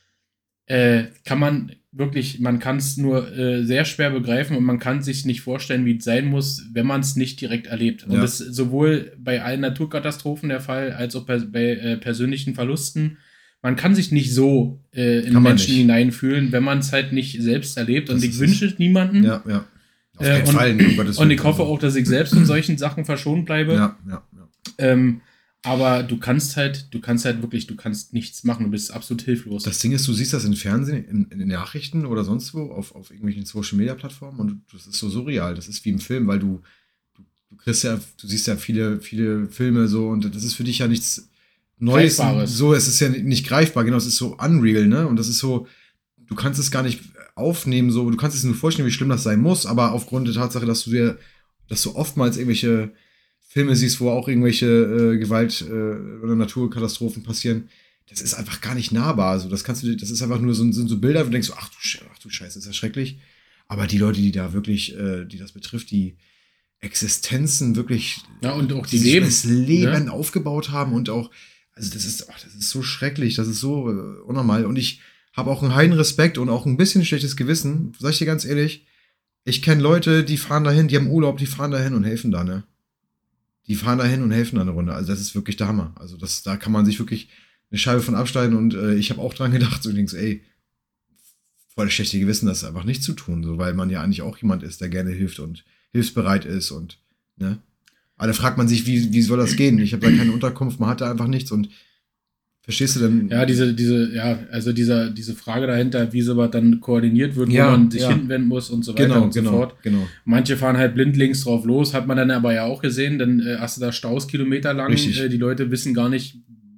Man kann es nur sehr schwer begreifen und man kann sich nicht vorstellen, wie es sein muss, wenn man es nicht direkt erlebt. Und das ist sowohl bei allen Naturkatastrophen der Fall, als auch bei persönlichen Verlusten. Man kann sich nicht so in Menschen hineinfühlen, wenn man es halt nicht selbst erlebt. Und ich wünsche es niemanden. Ja. Auf keinen Fall. Und ich hoffe auch, dass ich selbst von solchen Sachen verschont bleibe. Ja. Aber du kannst nichts machen. Du bist absolut hilflos. Das Ding ist, du siehst das im Fernsehen, in den Nachrichten oder sonst wo, auf irgendwelchen Social-Media-Plattformen und das ist so surreal. Das ist wie im Film, weil du siehst ja viele, viele Filme so und das ist für dich ja nichts Neues. So, es ist ja nicht greifbar, genau, es ist so unreal, ne? Und das ist so, du kannst es gar nicht aufnehmen, so, du kannst es nur vorstellen, wie schlimm das sein muss, aber aufgrund der Tatsache, dass du oftmals irgendwelche Filme siehst, wo auch irgendwelche Gewalt- oder Naturkatastrophen passieren, das ist einfach gar nicht nahbar. Also das ist einfach nur sind so Bilder, wo du denkst, ach du Scheiße, ist das schrecklich. Aber die Leute, die da wirklich, die das betrifft, die Existenzen wirklich, und auch die das Leben aufgebaut haben und auch, also das ist so schrecklich, das ist so unnormal. Und ich habe auch einen heiden Respekt und auch ein bisschen schlechtes Gewissen, sag ich dir ganz ehrlich. Ich kenne Leute, die fahren dahin, die haben Urlaub, die fahren dahin und helfen da, ne? Die fahren dahin und helfen da eine Runde. Also das ist wirklich der Hammer. Also da kann man sich wirklich eine Scheibe von abschneiden und ich habe auch dran gedacht, so denkst, voll das schlechte Gewissen, das einfach nicht zu tun, so, weil man ja eigentlich auch jemand ist, der gerne hilft und hilfsbereit ist und, ne? Aber da fragt man sich, wie soll das gehen? Ich habe da keine Unterkunft, man hat da einfach nichts und verstehst du denn? Ja, diese Frage dahinter, wie sowas dann koordiniert wird, wo man sich hinwenden muss und so weiter und so fort. Genau. Manche fahren halt blindlings drauf los, hat man dann aber ja auch gesehen, dann hast du da Staus kilometerlang. Richtig. Die Leute wissen gar nicht,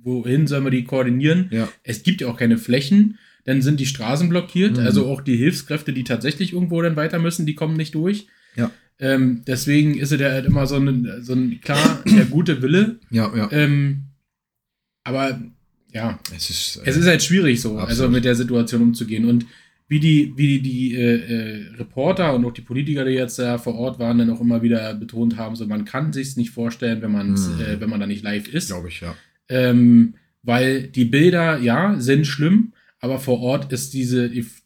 wohin sollen wir die koordinieren? Ja. Es gibt ja auch keine Flächen, dann sind die Straßen blockiert, Mhm. also auch die Hilfskräfte, die tatsächlich irgendwo dann weiter müssen, die kommen nicht durch. Ja. Deswegen ist es ja halt immer so ein klar, der gute Wille. Ja. Aber ja, Es ist halt schwierig so, absolut. also mit der Situation umzugehen. Und wie die Reporter und auch die Politiker, die jetzt da vor Ort waren, dann auch immer wieder betont haben, so man kann sich's nicht vorstellen, wenn man da nicht live ist. glaube ich, ja. Weil die Bilder, ja, sind schlimm, aber vor Ort ist dieses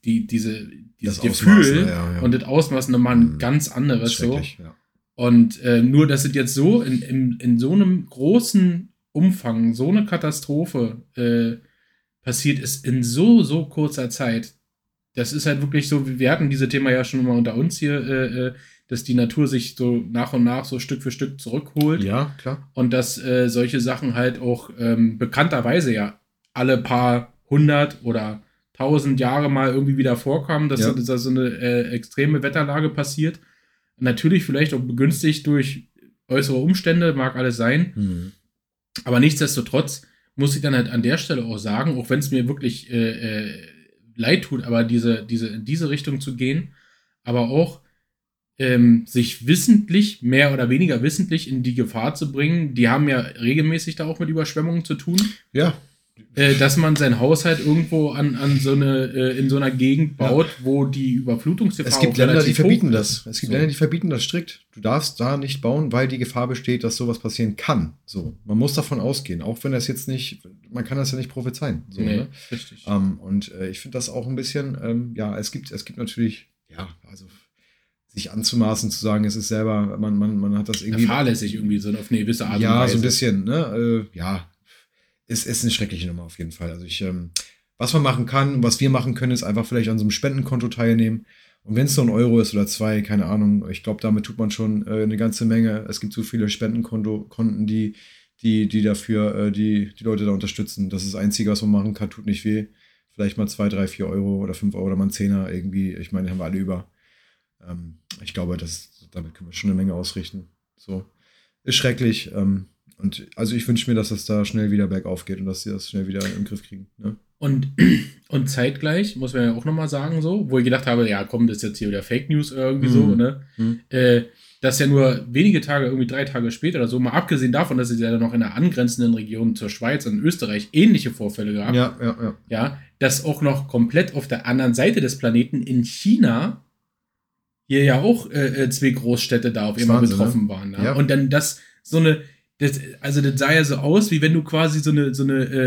Das Gefühl Ausmaß, ja. und das Ausmaß nochmal ein ganz anderes so. Ja. Und nur, dass es jetzt so in so einem großen Umfang, so eine Katastrophe passiert ist in so kurzer Zeit. Das ist halt wirklich so, wir hatten dieses Thema ja schon mal unter uns hier, dass die Natur sich so nach und nach so Stück für Stück zurückholt. Ja, klar. Und dass solche Sachen halt auch bekannterweise ja alle paar 100 oder 1000 Jahre mal irgendwie wieder vorkommen, dass so eine extreme Wetterlage passiert. Natürlich vielleicht auch begünstigt durch äußere Umstände, mag alles sein. Mhm. Aber nichtsdestotrotz muss ich dann halt an der Stelle auch sagen, auch wenn es mir wirklich leid tut, aber in diese Richtung zu gehen, aber auch sich wissentlich, mehr oder weniger wissentlich in die Gefahr zu bringen, die haben ja regelmäßig da auch mit Überschwemmungen zu tun. Ja. Dass man sein Haushalt irgendwo in so einer Gegend baut, wo die Überflutungsgefahr Es gibt Länder, die verbieten hoch das. Es gibt Länder, die verbieten das strikt. Du darfst da nicht bauen, weil die Gefahr besteht, dass sowas passieren kann. So, man muss davon ausgehen, auch wenn das jetzt nicht, man kann das ja nicht prophezeien. So, nee, ne? richtig. Und ich finde das auch ein bisschen, es gibt natürlich, also sich anzumaßen, zu sagen, es ist selber, man hat das irgendwie. Fahrlässig irgendwie so auf eine gewisse Art und Weise. Ja, so ein bisschen, ne? Es ist eine schreckliche Nummer auf jeden Fall. Also was man machen kann, was wir machen können, ist einfach vielleicht an so einem Spendenkonto teilnehmen. Und wenn es nur 1 Euro ist oder 2, keine Ahnung, ich glaube, damit tut man schon eine ganze Menge. Es gibt so viele Spendenkonten, die dafür die Leute da unterstützen. Das ist das Einzige, was man machen kann, tut nicht weh. Vielleicht mal 2, 3, 4 Euro oder 5 Euro oder mal ein Zehner irgendwie. Ich meine, haben wir alle über. Ich glaube, damit können wir schon eine Menge ausrichten. So. Ist schrecklich. Und also ich wünsche mir, dass das da schnell wieder bergauf geht und dass sie das schnell wieder im Griff kriegen. Ne? Und zeitgleich, muss man ja auch nochmal sagen, so, wo ich gedacht habe, ja komm, das ist jetzt hier wieder Fake News irgendwie so, ne? Dass ja nur wenige Tage, irgendwie 3 Tage später oder so, mal abgesehen davon, dass es ja noch in der angrenzenden Region zur Schweiz und Österreich ähnliche Vorfälle gab. Ja, dass auch noch komplett auf der anderen Seite des Planeten in China hier ja auch 2 Großstädte da auf einmal betroffen waren. Ne? Ja. Und dann das sah ja so aus, wie wenn du quasi so eine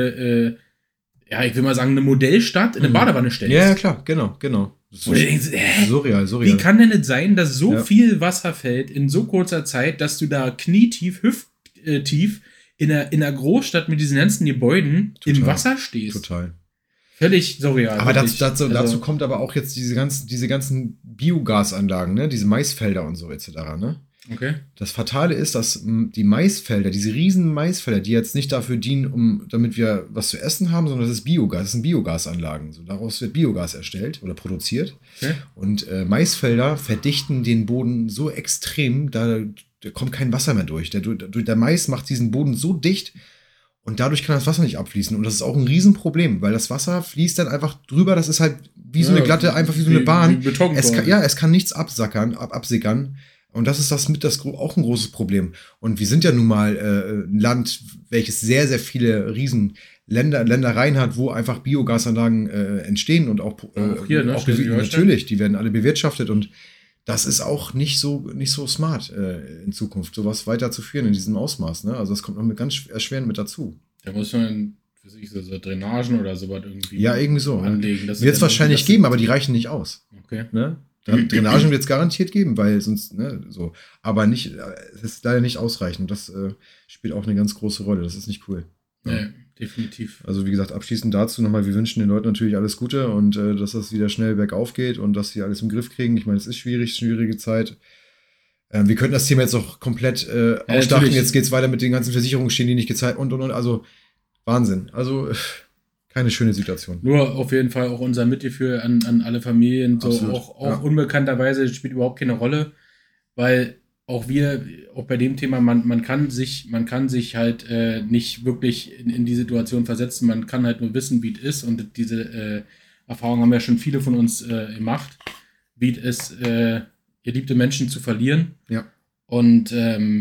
ich will mal sagen, eine Modellstadt in eine Badewanne stellst. Ja, klar, genau. Surreal. Wie kann denn es sein, dass so viel Wasser fällt in so kurzer Zeit, dass du da knietief, hüfttief in einer Großstadt mit diesen ganzen Gebäuden im Wasser stehst? Total. Völlig surreal. Aber dazu kommt aber auch jetzt diese ganzen Biogasanlagen, ne? Diese Maisfelder und so etc., ne? Okay. Das Fatale ist, dass die Maisfelder, diese riesen Maisfelder, die jetzt nicht dafür dienen, damit wir was zu essen haben, sondern das ist Biogas, das sind Biogasanlagen. So, daraus wird Biogas erstellt oder produziert. Okay. Und Maisfelder verdichten den Boden so extrem, da kommt kein Wasser mehr durch. Der Mais macht diesen Boden so dicht und dadurch kann das Wasser nicht abfließen. Und das ist auch ein Riesenproblem, weil das Wasser fließt dann einfach drüber. Das ist halt wie so eine glatte, einfach wie so eine Bahn. Es kann nichts absickern. Und das ist auch ein großes Problem. Und wir sind ja nun mal ein Land, welches sehr, sehr viele Ländereien hat, wo einfach Biogasanlagen entstehen und auch hier, ne? Natürlich, die werden alle bewirtschaftet und das ist auch nicht so smart in Zukunft, sowas weiterzuführen in diesem Ausmaß. Ne? Also das kommt noch ganz erschwerend mit dazu. Da muss man für sich so Drainagen oder sowas irgendwie irgendwie so anlegen. Wird es wahrscheinlich geben, aber die reichen nicht aus. Okay. Ne? Drainagen wird es garantiert geben, weil sonst, ne, so. Aber nicht, es ist leider nicht ausreichend. Das spielt auch eine ganz große Rolle. Das ist nicht cool. Ja, definitiv. Also, wie gesagt, abschließend dazu nochmal, wir wünschen den Leuten natürlich alles Gute und dass das wieder schnell bergauf geht und dass sie alles im Griff kriegen. Ich meine, es ist schwierige Zeit. Wir könnten das Thema jetzt auch komplett ausstatten. Jetzt geht es weiter mit den ganzen Versicherungsschäden, die nicht gezahlt und. Also, Wahnsinn. Also, keine schöne Situation. Nur auf jeden Fall auch unser Mitgefühl an alle Familien. So auch unbekannterweise spielt überhaupt keine Rolle, weil auch bei dem Thema, man kann sich halt nicht wirklich in die Situation versetzen, man kann halt nur wissen, wie es ist, und diese Erfahrung haben ja schon viele von uns gemacht, wie es ist, geliebte Menschen zu verlieren. Ja. Und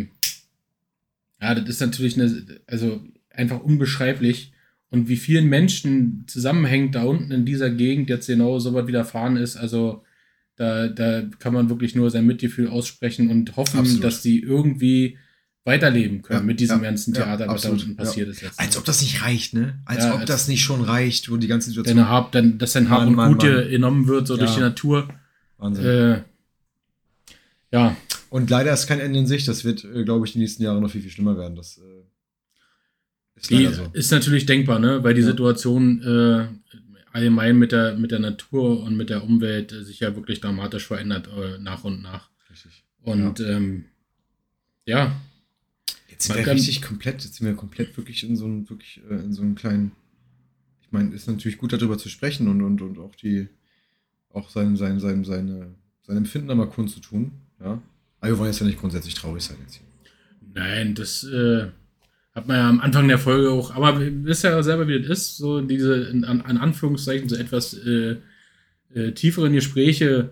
das ist natürlich also einfach unbeschreiblich. Und wie vielen Menschen zusammenhängt da unten in dieser Gegend jetzt genau so was widerfahren ist, also da kann man wirklich nur sein Mitgefühl aussprechen und hoffen, Absolut. dass die irgendwie weiterleben können mit diesem ganzen ja, Theater, was absolut. da unten passiert ist jetzt. Als ob das nicht reicht, ne? Als ob das nicht schon reicht, wo die ganze Situation... Dass dein Hab und Gut dir genommen wird, so durch die Natur. Wahnsinn. Ja. Und leider ist kein Ende in Sicht. Das wird, glaube ich, die nächsten Jahre noch viel, viel schlimmer werden. Das ist leider so. Ist natürlich denkbar, ne? Weil die Situation allgemein mit der Natur und mit der Umwelt sich ja wirklich dramatisch verändert nach und nach. Richtig. Und Jetzt sind wir komplett wirklich in so einem kleinen... Ich meine, ist natürlich gut, darüber zu sprechen und auch seine Empfinden einmal kundzutun. Ja? Aber wir wollen jetzt ja nicht grundsätzlich traurig sein jetzt hier. Nein, das hat man ja am Anfang der Folge auch, aber wir wissen ja selber, wie das ist, so diese, in Anführungszeichen, so etwas tieferen Gespräche,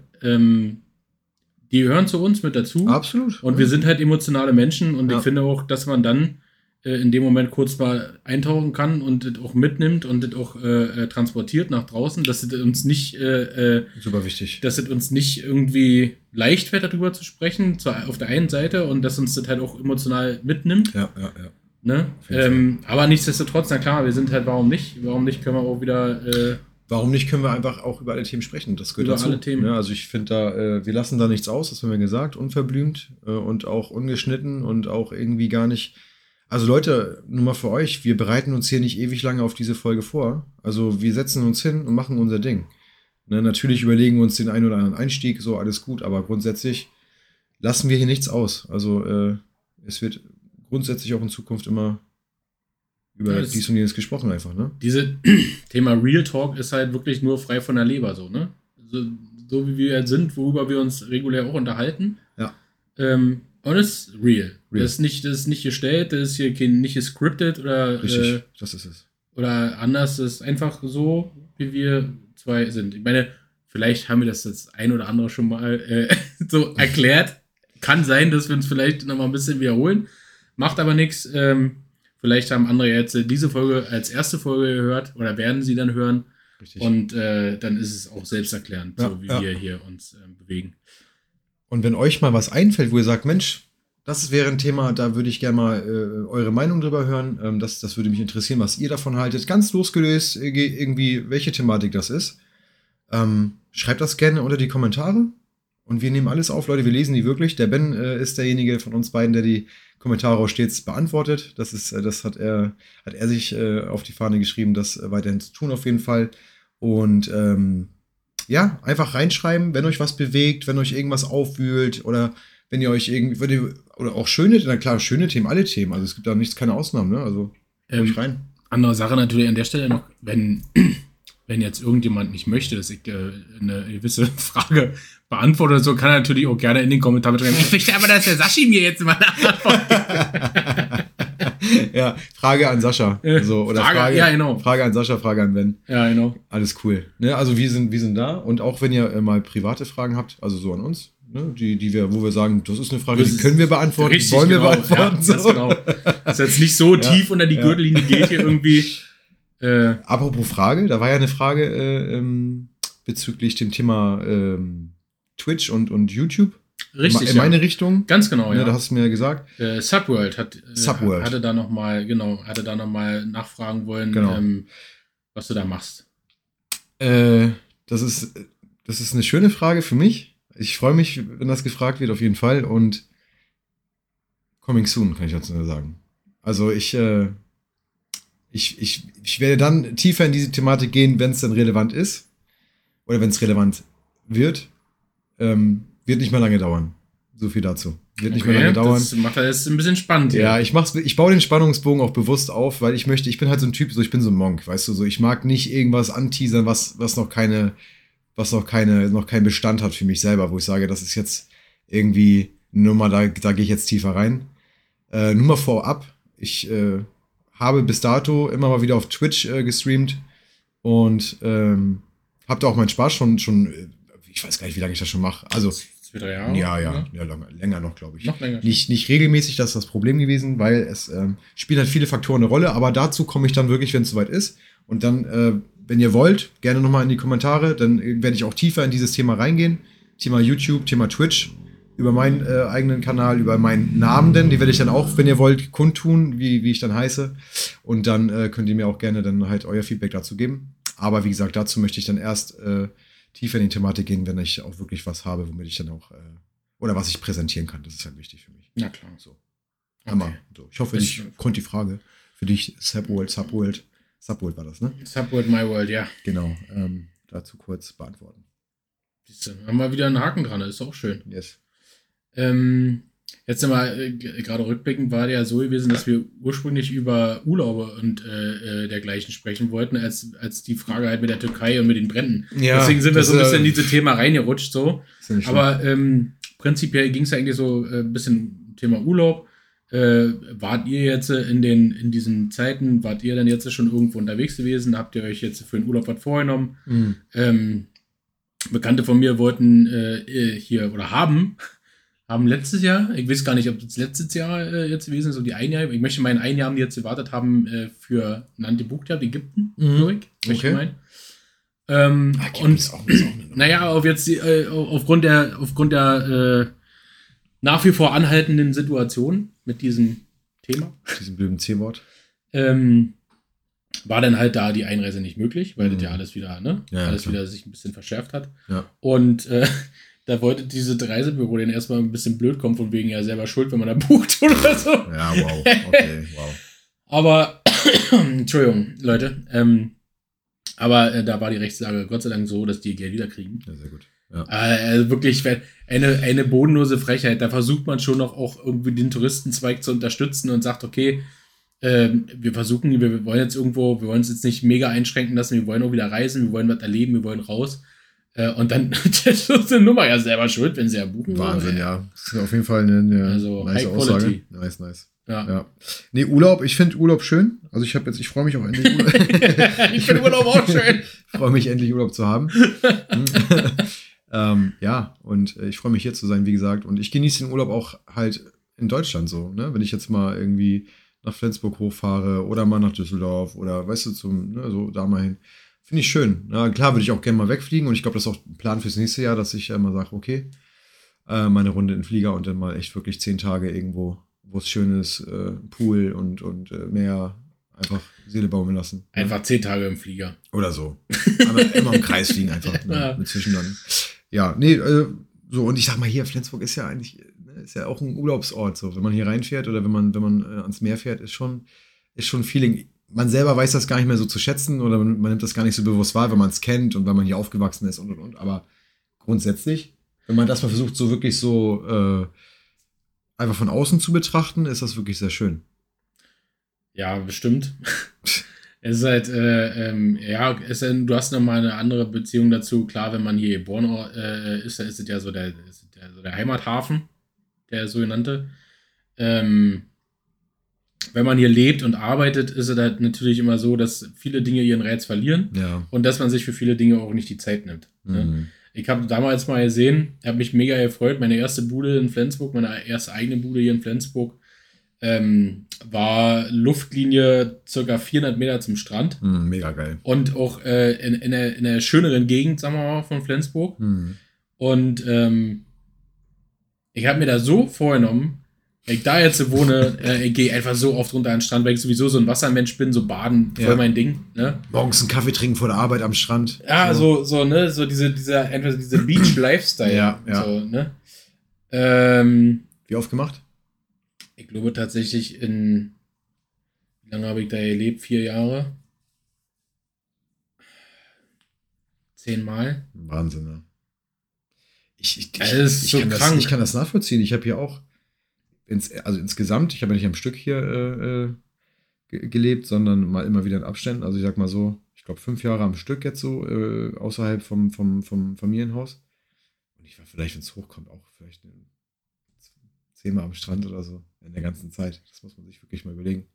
die gehören zu uns mit dazu. Absolut. Und wir sind halt emotionale Menschen, und ich finde auch, dass man dann in dem Moment kurz mal eintauchen kann und das auch mitnimmt und das auch transportiert nach draußen, dass es uns nicht super wichtig, dass es uns nicht irgendwie leicht fällt, darüber zu sprechen, auf der einen Seite, und dass uns das halt auch emotional mitnimmt. Ja. Ne? Aber nichtsdestotrotz, na klar, wir sind halt, warum nicht können wir auch wieder warum nicht können wir einfach auch über alle Themen sprechen? Das gehört über dazu. alle Themen. Ja, also ich finde wir lassen da nichts aus, das haben wir gesagt, unverblümt und auch ungeschnitten und auch irgendwie gar nicht. Also Leute, nur mal für euch, wir bereiten uns hier nicht ewig lange auf diese Folge vor. Also wir setzen uns hin und machen unser Ding. Ne, natürlich überlegen wir uns den einen oder anderen Einstieg, so alles gut, aber grundsätzlich lassen wir hier nichts aus. Also es wird grundsätzlich auch in Zukunft immer über dies und jenes gesprochen einfach, ne? Diese Thema Real Talk ist halt wirklich nur frei von der Leber, so, ne? So wie wir sind, worüber wir uns regulär auch unterhalten. Ja. Und es ist real. Das ist nicht gestellt, das ist hier nicht gescriptet oder. Richtig, das ist es. Oder anders, das ist einfach so, wie wir zwei sind. Ich meine, vielleicht haben wir das ein oder andere schon mal so erklärt. Kann sein, dass wir uns vielleicht noch mal ein bisschen wiederholen. Macht aber nichts. Vielleicht haben andere jetzt diese Folge als erste Folge gehört oder werden sie dann hören. Richtig. Und dann ist es auch selbsterklärend, so wie wir hier uns bewegen. Und wenn euch mal was einfällt, wo ihr sagt, Mensch, das wäre ein Thema, da würde ich gerne mal eure Meinung drüber hören. Das würde mich interessieren, was ihr davon haltet. Ganz losgelöst, irgendwie, welche Thematik das ist. Schreibt das gerne unter die Kommentare. Und wir nehmen alles auf, Leute, wir lesen die wirklich. Der Ben ist derjenige von uns beiden, der die Kommentare auch stets beantwortet. Das hat er sich auf die Fahne geschrieben, das weiterhin zu tun auf jeden Fall. Und einfach reinschreiben, wenn euch was bewegt, wenn euch irgendwas aufwühlt oder wenn ihr euch oder auch schöne Themen, alle Themen. Also es gibt da keine Ausnahmen, ne? Also ruhig rein. Andere Sache natürlich an der Stelle noch, wenn jetzt irgendjemand nicht möchte, dass ich eine gewisse Frage beantworte oder so, kann er natürlich auch gerne in den Kommentaren schreiben. Ich möchte aber, dass der Sashi mir jetzt mal antwortet. Ja, Frage an Sascha. Frage an Sascha, Frage an Ben. Ja, genau. Alles cool. Ne, also wir sind da, und auch wenn ihr mal private Fragen habt, also so an uns, ne, wo wir sagen, das ist eine Frage, die können wir beantworten, richtig, wollen wir genau, beantworten. Ja, so. Das genau. Das jetzt nicht so tief unter die Gürtellinie geht hier irgendwie. Apropos Frage, da war ja eine Frage bezüglich dem Thema Twitch und YouTube. Richtig, in meine Richtung. Ganz genau, ja. Da hast du mir gesagt. Subworld hatte da noch mal nachfragen wollen, genau. Was du da machst. Das ist eine schöne Frage für mich. Ich freue mich, wenn das gefragt wird, auf jeden Fall. Und coming soon, kann ich dazu nur sagen. Also ich werde dann tiefer in diese Thematik gehen, wenn es dann relevant ist. Oder wenn es relevant wird. Wird nicht mehr lange dauern. So viel dazu. Wird nicht mehr lange dauern. Das macht das ein bisschen spannend. Ja, ich baue den Spannungsbogen auch bewusst auf, weil ich bin halt so ein Typ, ich bin so ein Monk, weißt du, so ich mag nicht irgendwas anteasern, was noch keinen Bestand hat für mich selber, wo ich sage, das ist jetzt irgendwie Nur mal, da gehe ich jetzt tiefer rein. Nur mal vorab, ich habe bis dato immer mal wieder auf Twitch gestreamt und habe da auch meinen Spaß schon, ich weiß gar nicht, wie lange ich das schon mache. Also 2-3 Jahre? ja, länger noch, glaube ich. Noch länger. Nicht regelmäßig, das ist das Problem gewesen, weil es spielt halt viele Faktoren eine Rolle, aber dazu komme ich dann wirklich, wenn es soweit ist. Und dann, wenn ihr wollt, gerne nochmal in die Kommentare, dann werde ich auch tiefer in dieses Thema reingehen. Thema YouTube, Thema Twitch, über meinen eigenen Kanal, über meinen Namen denn, die werde ich dann auch, wenn ihr wollt, kundtun, wie ich dann heiße. Und dann könnt ihr mir auch gerne dann halt euer Feedback dazu geben. Aber wie gesagt, dazu möchte ich dann erst tiefer in die Thematik gehen, wenn ich auch wirklich was habe, womit ich dann auch, oder was ich präsentieren kann. Das ist halt wichtig für mich. Na klar. So. Hammer. Okay. So. Ich hoffe, ich konnte die Frage für dich, Subworld war das, ne? Subworld, My World, ja. Genau. Dazu kurz beantworten. Siehst du, haben wir wieder einen Haken dran, das ist auch schön. Yes. Jetzt einmal, gerade rückblickend war ja so gewesen, dass wir ursprünglich über Urlaube und dergleichen sprechen wollten, als die Frage halt mit der Türkei und mit den Bränden. Ja, deswegen sind wir so ein bisschen in dieses Thema reingerutscht. So. Aber prinzipiell ging es ja eigentlich so ein bisschen um Thema Urlaub. Wart ihr jetzt in diesen Zeiten, wart ihr dann jetzt schon irgendwo unterwegs gewesen? Habt ihr euch jetzt für den Urlaub was vorgenommen? Bekannte von mir wollten hier oder haben letztes Jahr, ich weiß gar nicht, ob das letztes Jahr jetzt gewesen ist, so die ein Jahr, ich möchte meinen ein Jahr, die jetzt gewartet haben für ein Anti-Buchjahr, Ägypten, durch, möchte ich meinen. Und naja, aufgrund der nach wie vor anhaltenden Situation mit diesem Thema. Diesem blöden C-Wort. War dann halt da die Einreise nicht möglich, weil das ja alles wieder, wieder sich ein bisschen verschärft hat. Ja. Und da wollte dieses Reisebüro den erstmal ein bisschen blöd kommen, von wegen ja selber schuld, wenn man da bucht oder so. Ja, wow. Okay, wow. Aber, Entschuldigung, Leute, aber da war die Rechtslage Gott sei Dank so, dass die ihr Geld wieder kriegen. Ja, sehr gut. Ja. Also wirklich eine bodenlose Frechheit. Da versucht man schon noch auch irgendwie den Touristenzweig zu unterstützen und sagt, okay, wir wollen jetzt irgendwo, wir wollen uns jetzt nicht mega einschränken lassen, wir wollen auch wieder reisen, wir wollen was erleben, wir wollen raus. Und dann das ist eine Nummer ja selber schuld, wenn sie ja buchen. Wahnsinn, ja. Das ist auf jeden Fall eine nice High Aussage. Quality. Nice. Ja. Nee, Urlaub, ich finde Urlaub schön. Also ich freue mich auch endlich. Ich finde Urlaub auch schön. Ich freue mich endlich Urlaub zu haben. Ja, und ich freue mich hier zu sein, wie gesagt. Und ich genieße den Urlaub auch halt in Deutschland so, ne? Wenn ich jetzt mal irgendwie nach Flensburg hochfahre oder mal nach Düsseldorf oder, weißt du, so da mal hin. Finde ich schön. Na, klar würde ich auch gerne mal wegfliegen und ich glaube, das ist auch ein Plan fürs nächste Jahr, dass ich mal sage, okay, meine Runde in den Flieger und dann mal echt wirklich 10 Tage irgendwo, wo es schön ist, Pool und Meer, einfach Seele baumeln lassen. Einfach 10 Tage im Flieger. Oder so. Immer im Kreis fliegen einfach, mit Zwischenland. Ja, nee, so, und ich sag mal hier, Flensburg ist ja eigentlich, ist ja auch ein Urlaubsort, so, wenn man hier reinfährt oder wenn man ans Meer fährt, ist schon ein Feeling. Man selber weiß das gar nicht mehr so zu schätzen oder man nimmt das gar nicht so bewusst wahr, wenn man es kennt und wenn man hier aufgewachsen ist und. Aber grundsätzlich, wenn man das mal versucht, so wirklich so einfach von außen zu betrachten, ist das wirklich sehr schön. Ja, bestimmt. Es ist halt, du hast nochmal eine andere Beziehung dazu. Klar, wenn man hier geboren ist, dann ist es ja so der Heimathafen, der sogenannte. Wenn man hier lebt und arbeitet, ist es halt natürlich immer so, dass viele Dinge ihren Reiz verlieren und dass man sich für viele Dinge auch nicht die Zeit nimmt. Ne? Ich habe damals mal gesehen, habe mich mega gefreut, meine erste Bude in Flensburg, meine erste eigene Bude hier in Flensburg, war Luftlinie circa 400 Meter zum Strand. Mega geil. Und auch in einer schöneren Gegend, sagen wir mal, von Flensburg. Und ich habe mir da so vorgenommen, wenn ich da jetzt wohne, ich gehe einfach so oft runter an den Strand, weil ich sowieso so ein Wassermensch bin, so baden, voll mein Ding. Ne? Morgens einen Kaffee trinken vor der Arbeit am Strand. Ja, so dieser Beach-Lifestyle. Ja. So, ne? Wie oft gemacht? Ich glaube tatsächlich wie lange habe ich da gelebt? 4 Jahre? 10 Mal. Wahnsinn, ne? Ich kann das nachvollziehen. Ich habe hier auch insgesamt, ich habe ja nicht am Stück hier gelebt, sondern mal immer wieder in Abständen. Also ich sag mal so, ich glaube 5 Jahre am Stück jetzt so außerhalb vom Familienhaus. Und ich war vielleicht, wenn es hochkommt, auch vielleicht 10-mal am Strand oder so in der ganzen Zeit. Das muss man sich wirklich mal überlegen.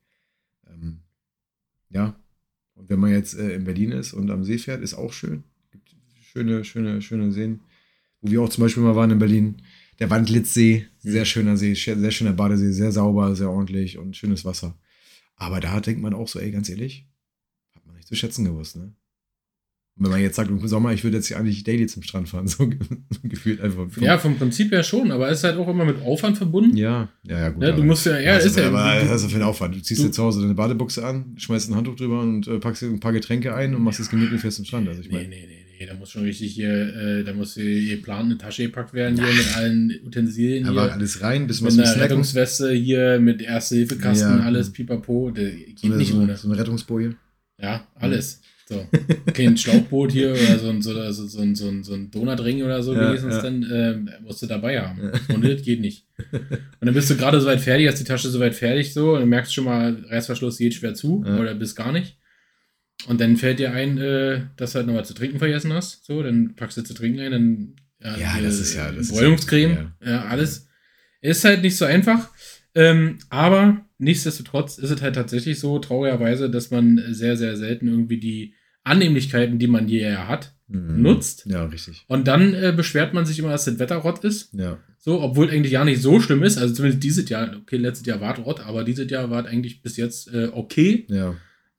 Ja, und wenn man jetzt in Berlin ist und am See fährt, ist auch schön. Gibt schöne Seen. Wo wir auch zum Beispiel mal waren in Berlin. Der Wandlitzsee, sehr schöner See, sehr schöner Badesee, sehr sauber, sehr ordentlich und schönes Wasser. Aber da denkt man auch so, ey, ganz ehrlich, hat man nicht zu schätzen gewusst, ne? Und wenn man jetzt sagt, im Sommer, ich würde jetzt ja eigentlich daily zum Strand fahren, so gefühlt einfach. Ja, vom Prinzip her schon, aber es ist halt auch immer mit Aufwand verbunden. Ja, gut. Ja, du musst ja, ist ja. Aber was ist das für ein Aufwand? Du ziehst dir zu Hause deine Badebuchse an, schmeißt ein Handtuch drüber und packst dir ein paar Getränke ein und machst es gemütlich fest zum Strand. Also ich meine. Nee, da muss schon richtig hier, da muss hier geplant eine Tasche gepackt werden, hier mit allen Utensilien. Aber hier, alles rein, bisschen mit was einer zum Snacken. Rettungsweste hier, mit Erste-Hilfe-Kasten, Ja. alles pipapo, geht nicht so ohne. So eine Rettungsboje. Ja, alles. So. Kein Schlauchboot hier oder so ein Donutring oder so gewesen ist, dann musst du dabei haben. Und das geht nicht. Und dann bist du gerade soweit fertig, hast die Tasche soweit fertig so und dann merkst schon mal, Reißverschluss geht schwer zu oder bis gar nicht. Und dann fällt dir ein, dass du halt noch was zu trinken vergessen hast. So, dann packst du zu trinken ein, dann das ist ja. Das Bräunungscreme, alles. Ist halt nicht so einfach. Aber nichtsdestotrotz ist es halt tatsächlich so, traurigerweise, dass man sehr, sehr selten irgendwie die Annehmlichkeiten, die man hier hat, nutzt. Ja, richtig. Und dann beschwert man sich immer, dass das Wetter Rott ist. Ja. So, obwohl eigentlich ja nicht so schlimm ist. Also zumindest dieses Jahr, okay, letztes Jahr war es Rott, aber dieses Jahr war es eigentlich bis jetzt okay. Ja.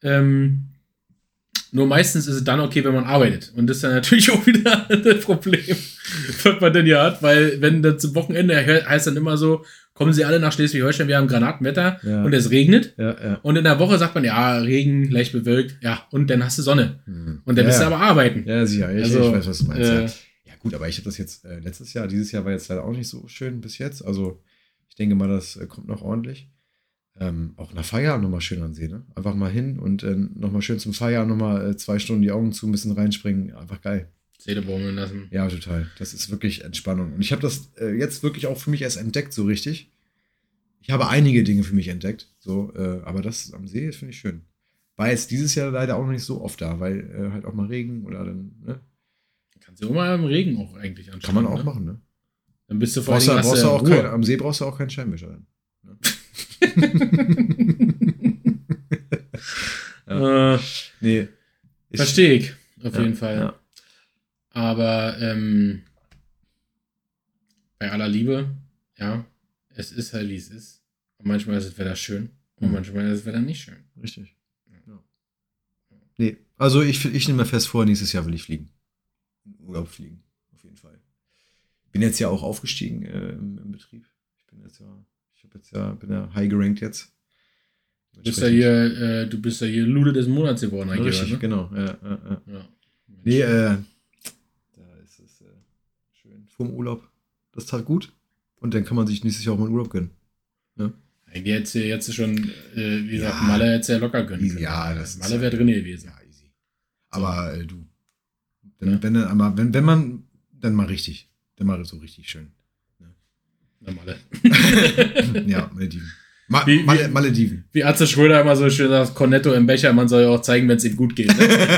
Nur meistens ist es dann okay, wenn man arbeitet. Und das ist dann natürlich auch wieder das Problem, was man denn ja hat, weil wenn das zum Wochenende heißt dann immer so, kommen sie alle nach Schleswig-Holstein, wir haben Granatenwetter und es regnet. Ja. Und in der Woche sagt man, ja, Regen, leicht bewölkt, ja, und dann hast du Sonne. Und dann bist du aber arbeiten. Ja, sicher, ich weiß, was du meinst. Ja gut, aber ich habe das jetzt dieses Jahr war jetzt leider auch nicht so schön bis jetzt. Also ich denke mal, das kommt noch ordentlich. Auch nach Feierabend nochmal schön ansehen, ne? Einfach mal hin und nochmal schön zum Feierabend nochmal 2 Stunden die Augen zu, ein bisschen reinspringen. Einfach geil. Seele baumeln lassen. Ja, total. Das ist wirklich Entspannung. Und ich habe das jetzt wirklich auch für mich erst entdeckt, so richtig. Ich habe einige Dinge für mich entdeckt, so, aber das am See, das finde ich schön. War jetzt dieses Jahr leider auch noch nicht so oft da, weil halt auch mal Regen oder dann, ne? Kannst du auch mal im Regen auch eigentlich anschauen. Kann man auch machen, ne? Dann bist du vor allem am See brauchst du auch keinen Scheinwischer dann. Ne? Nee. Verstehe ich, auf jeden Fall. Ja. Aber bei aller Liebe, ja, es ist halt, wie es ist. Und manchmal ist das Wetter schön und manchmal ist das Wetter nicht schön. Richtig. Ja. Nee, also ich nehme mal fest vor, nächstes Jahr will ich fliegen. Urlaub fliegen, auf jeden Fall. Bin jetzt ja auch aufgestiegen im Betrieb. Bin ja high gerankt jetzt. Du bist ja hier Lude des Monats geworden eigentlich. Richtig, ne? Genau. Ja. Nee, da ist es schön vorm Urlaub. Das tat gut. Und dann kann man sich nächstes Jahr auch mal einen Urlaub gönnen. Ne? Jetzt schon, wie gesagt, Malle hätte es ja locker gönnen können. Ja, das Malle wäre drin gewesen. Ja, easy. Aber wenn man, dann mal richtig. Dann mal so richtig schön. Ne? Na, Malle. Ja, Malediven. Malediven. Wie Atze Schröder immer so schön sagt, Cornetto im Becher, man soll ja auch zeigen, wenn es ihm gut geht.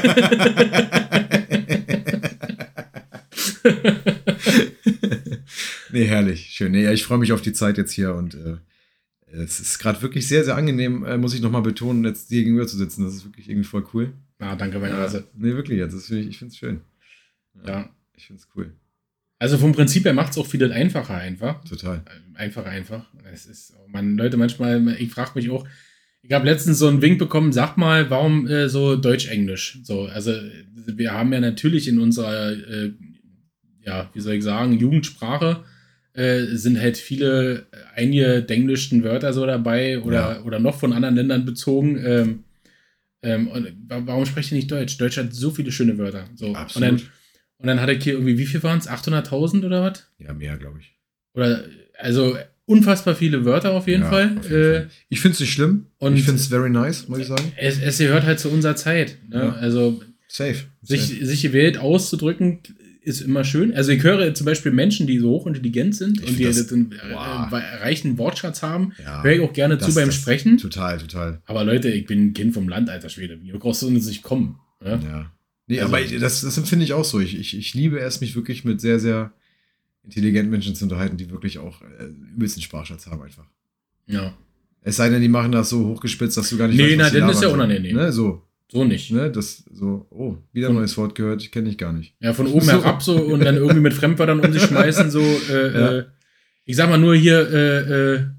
Nee, herrlich. Schön. Nee, ich freue mich auf die Zeit jetzt hier und es ist gerade wirklich sehr, sehr angenehm, muss ich nochmal betonen, jetzt dir gegenüber zu sitzen. Das ist wirklich irgendwie voll cool. Ah, danke, meine Nase. Nee, wirklich jetzt. Ich finde es schön. Ja. Ich finde es cool. Also vom Prinzip her macht es auch vieles einfacher einfach. Total. Einfach. Es ist, Leute, manchmal, ich frage mich auch, ich habe letztens so einen Wink bekommen, sag mal, warum so Deutsch-Englisch? So, also wir haben ja natürlich in unserer, wie soll ich sagen, Jugendsprache sind halt viele eingedenglischten Wörter so dabei oder noch von anderen Ländern bezogen. Und warum sprecht ihr nicht Deutsch? Deutsch hat so viele schöne Wörter. So. Absolut. Und dann hatte ich hier irgendwie, wie viel waren es? 800.000 oder was? Ja, mehr, glaube ich. Oder, also unfassbar viele Wörter auf jeden Fall. Auf jeden Fall. Ich finde es nicht schlimm. Und ich finde es very nice, muss ich sagen. Es gehört halt zu unserer Zeit. Ne? Ja. Also Safe. Sich die Welt auszudrücken, ist immer schön. Also ich höre zum Beispiel Menschen, die so hochintelligent sind und die einen reichen Wortschatz haben, höre ich auch gerne zu beim Sprechen. Total. Aber Leute, ich bin ein Kind vom Land, alter Schwede. Wie brauchst du nicht kommen? Ne? Ja. Nee, also, aber das empfinde ich auch so. Ich liebe es, mich wirklich mit sehr, sehr intelligenten Menschen zu unterhalten, die wirklich auch übelsten Sprachschatz haben einfach. Ja. Es sei denn, die machen das so hochgespitzt, dass du gar nicht Nee, weißt, was na, die dann ist ja labern. unangenehm. Ne, so. So nicht. Ne, das so, oh, wieder ein neues Wort gehört, kenne ich gar nicht. Ja, von oben herab so und dann irgendwie mit Fremdwörtern um sich schmeißen, so, ich sag mal nur hier,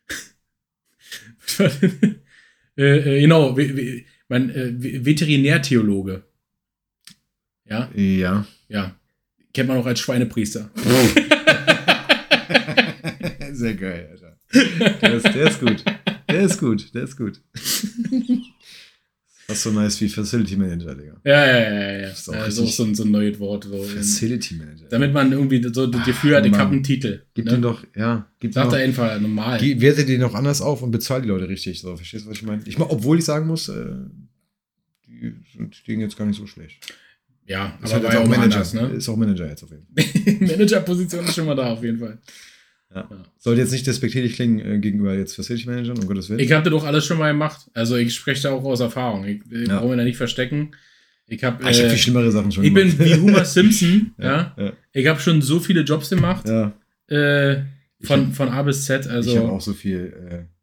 genau, Veterinärtheologe. Ja? Ja. Ja. Kennt man auch als Schweinepriester. Sehr geil, Alter. Der ist gut. Der ist gut. Fast so nice wie Facility Manager, Digga. Ja. Das ist auch Das ist auch so ein neues Wort. So Facility Manager. damit man irgendwie so das Gefühl hat, ich hab einen Titel. Gib Ne? den doch, ja. Sagt er einfach normal. Werte den noch anders auf und bezahl die Leute richtig. So, verstehst du, was ich meine? Obwohl ich sagen muss, die gehen jetzt gar nicht so schlecht. Ja, Ist aber halt war auch ja auch Manager, anders, ne? Ist auch Manager jetzt auf jeden Fall. Managerposition ist schon mal da, auf jeden Fall. Ja. Sollte jetzt nicht despektierlich klingen gegenüber jetzt Facility Managern, um Gottes Willen. Ich habe das doch alles schon mal gemacht. Also ich spreche da auch aus Erfahrung. Ich brauche mich da nicht verstecken. Ich habe viel schlimmere Sachen schon gemacht. Ich bin gemacht. wie Homer Simpson. ja. Ja. Ich habe schon so viele Jobs gemacht. Ja. Von A bis Z. Also ich habe auch so viel.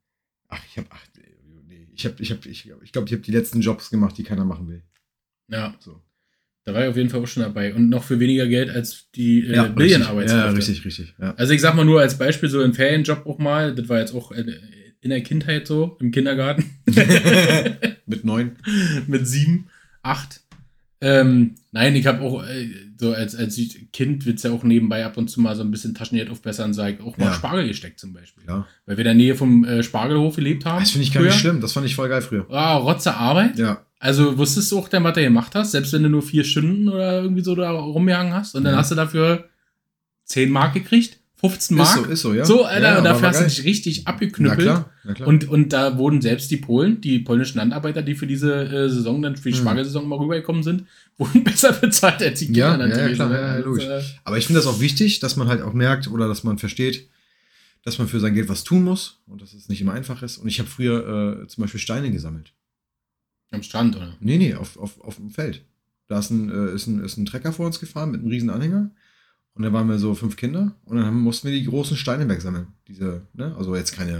Ich glaube, ich habe die letzten Jobs gemacht, die keiner machen will. Ja. So. Da war ich auf jeden Fall auch schon dabei. Und noch für weniger Geld als die Billion-Arbeitskräfte. Ja, richtig. Ja. Also ich sag mal nur als Beispiel so im Ferienjob auch mal. Das war jetzt auch in der Kindheit so, im Kindergarten. Mit 9. Mit 7, 8. Nein, ich habe auch so als Kind wird's ja auch nebenbei ab und zu mal so ein bisschen Taschengeld aufbessern, sag ich auch mal Spargel gesteckt zum Beispiel. Ja. Weil wir in der Nähe vom Spargelhof gelebt haben. Das finde ich gar nicht schlimm, das fand ich voll geil früher. Rotze Arbeit. Ja. Also wusstest du auch dann, was du gemacht hast, selbst wenn du nur 4 Stunden oder irgendwie so da rumgehangen hast und dann hast du dafür 10 Mark gekriegt, 15 Mark. Ist so, ja. So, Alter, ja, und dafür hast du dich richtig abgeknüppelt. Na klar. Und da wurden selbst die polnischen Landarbeiter, die für diese Saison, dann für die Spargelsaison mal rübergekommen sind, wurden besser bezahlt als die Kinder natürlich. Ja, klar, logisch. Aber ich finde das auch wichtig, dass man halt auch merkt oder dass man versteht, dass man für sein Geld was tun muss und dass es nicht immer einfach ist. Und ich habe früher zum Beispiel Steine gesammelt. Am Strand, oder? Nee, auf dem Feld. Da ist ein Trecker vor uns gefahren mit einem riesen Anhänger. Und da waren wir so 5 Kinder. Und dann mussten wir die großen Steine wegsammeln. Also jetzt keine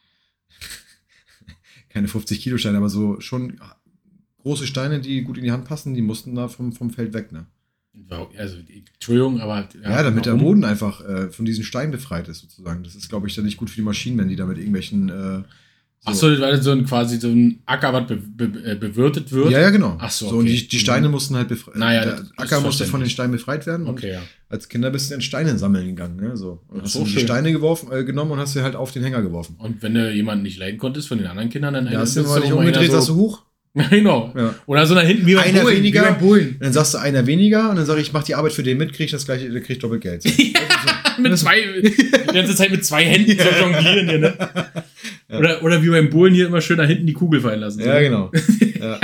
50 Kilo Steine, aber so schon große Steine, die gut in die Hand passen, die mussten da vom Feld weg, ne? Also, Entschuldigung, aber... Ja, damit der Boden einfach von diesen Steinen befreit ist, sozusagen. Das ist, glaube ich, dann nicht gut für die Maschinen, wenn die da mit irgendwelchen... Achso, das war dann quasi so ein Acker, was bewirtet wird? Ja, genau. Achso, okay. So, und die Steine mussten halt befreit... der Acker musste von den Steinen befreit werden. Okay, ja. Als Kinder bist du in Steine sammeln gegangen, ne? So. Und hast du die schön. Steine genommen und hast sie halt auf den Hänger geworfen. Und wenn du jemanden nicht leiden konntest von den anderen Kindern, dann... Ja, hast du mal dich umgedreht, sagst du hoch? Genau. Ja. Oder so nach hinten wie einer Bullen, weniger, wie beim Bullen. Dann sagst du einer weniger und dann sag ich mach die Arbeit für den mit, krieg das gleiche, der kriegt doppelt Geld. So. Die ganze Zeit mit 2 Händen so jonglieren hier, ne? Ja. Oder wie beim Bullen hier immer schön nach hinten die Kugel fallen lassen. Ja, genau. Ja.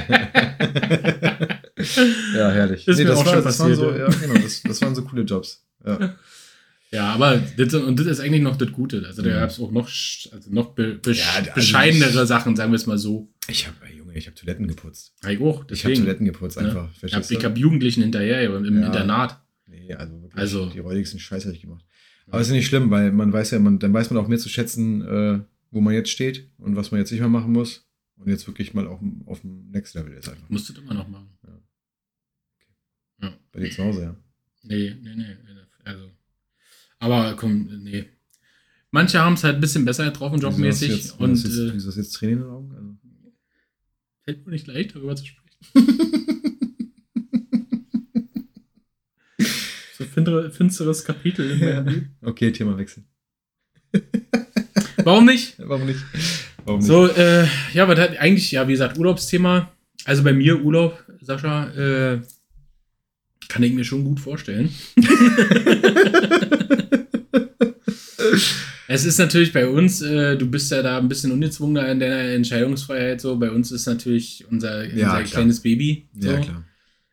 Ja, herrlich. Das waren so coole Jobs. Ja. Ja, aber das ist eigentlich noch das Gute. Also da gab es auch noch bescheidenere Sachen, sagen wir es mal so. Ich habe Toiletten geputzt. Ich auch, deswegen. Ich habe Toiletten geputzt einfach. Ja. Ich hab Jugendlichen hinterher im Internat. Nee, also wirklich die räudigsten Scheiße habe ich gemacht. Aber es ist nicht schlimm, weil man weiß ja, dann weiß man auch mehr zu schätzen, wo man jetzt steht und was man jetzt nicht mehr machen muss. Und jetzt wirklich mal auf dem Next Level ist einfach. Musst du das immer noch machen. Ja. Okay. Ja. Bei dir zu Hause, ja? Nee. Also. Aber komm, nee. Manche haben es halt ein bisschen besser getroffen, jobmäßig. Wieso ist jetzt Tränen in den Augen? Also. Fällt mir nicht leicht, darüber zu sprechen. So finsteres Kapitel in meinem Leben. Okay, Thema wechseln. Warum nicht? Warum nicht? So, aber das eigentlich, ja, wie gesagt, Urlaubsthema. Also bei mir Urlaub, Sascha, kann ich mir schon gut vorstellen. Es ist natürlich bei uns, du bist ja da ein bisschen ungezwungener in deiner Entscheidungsfreiheit. So, bei uns ist natürlich unser kleines Baby. So. Ja, klar.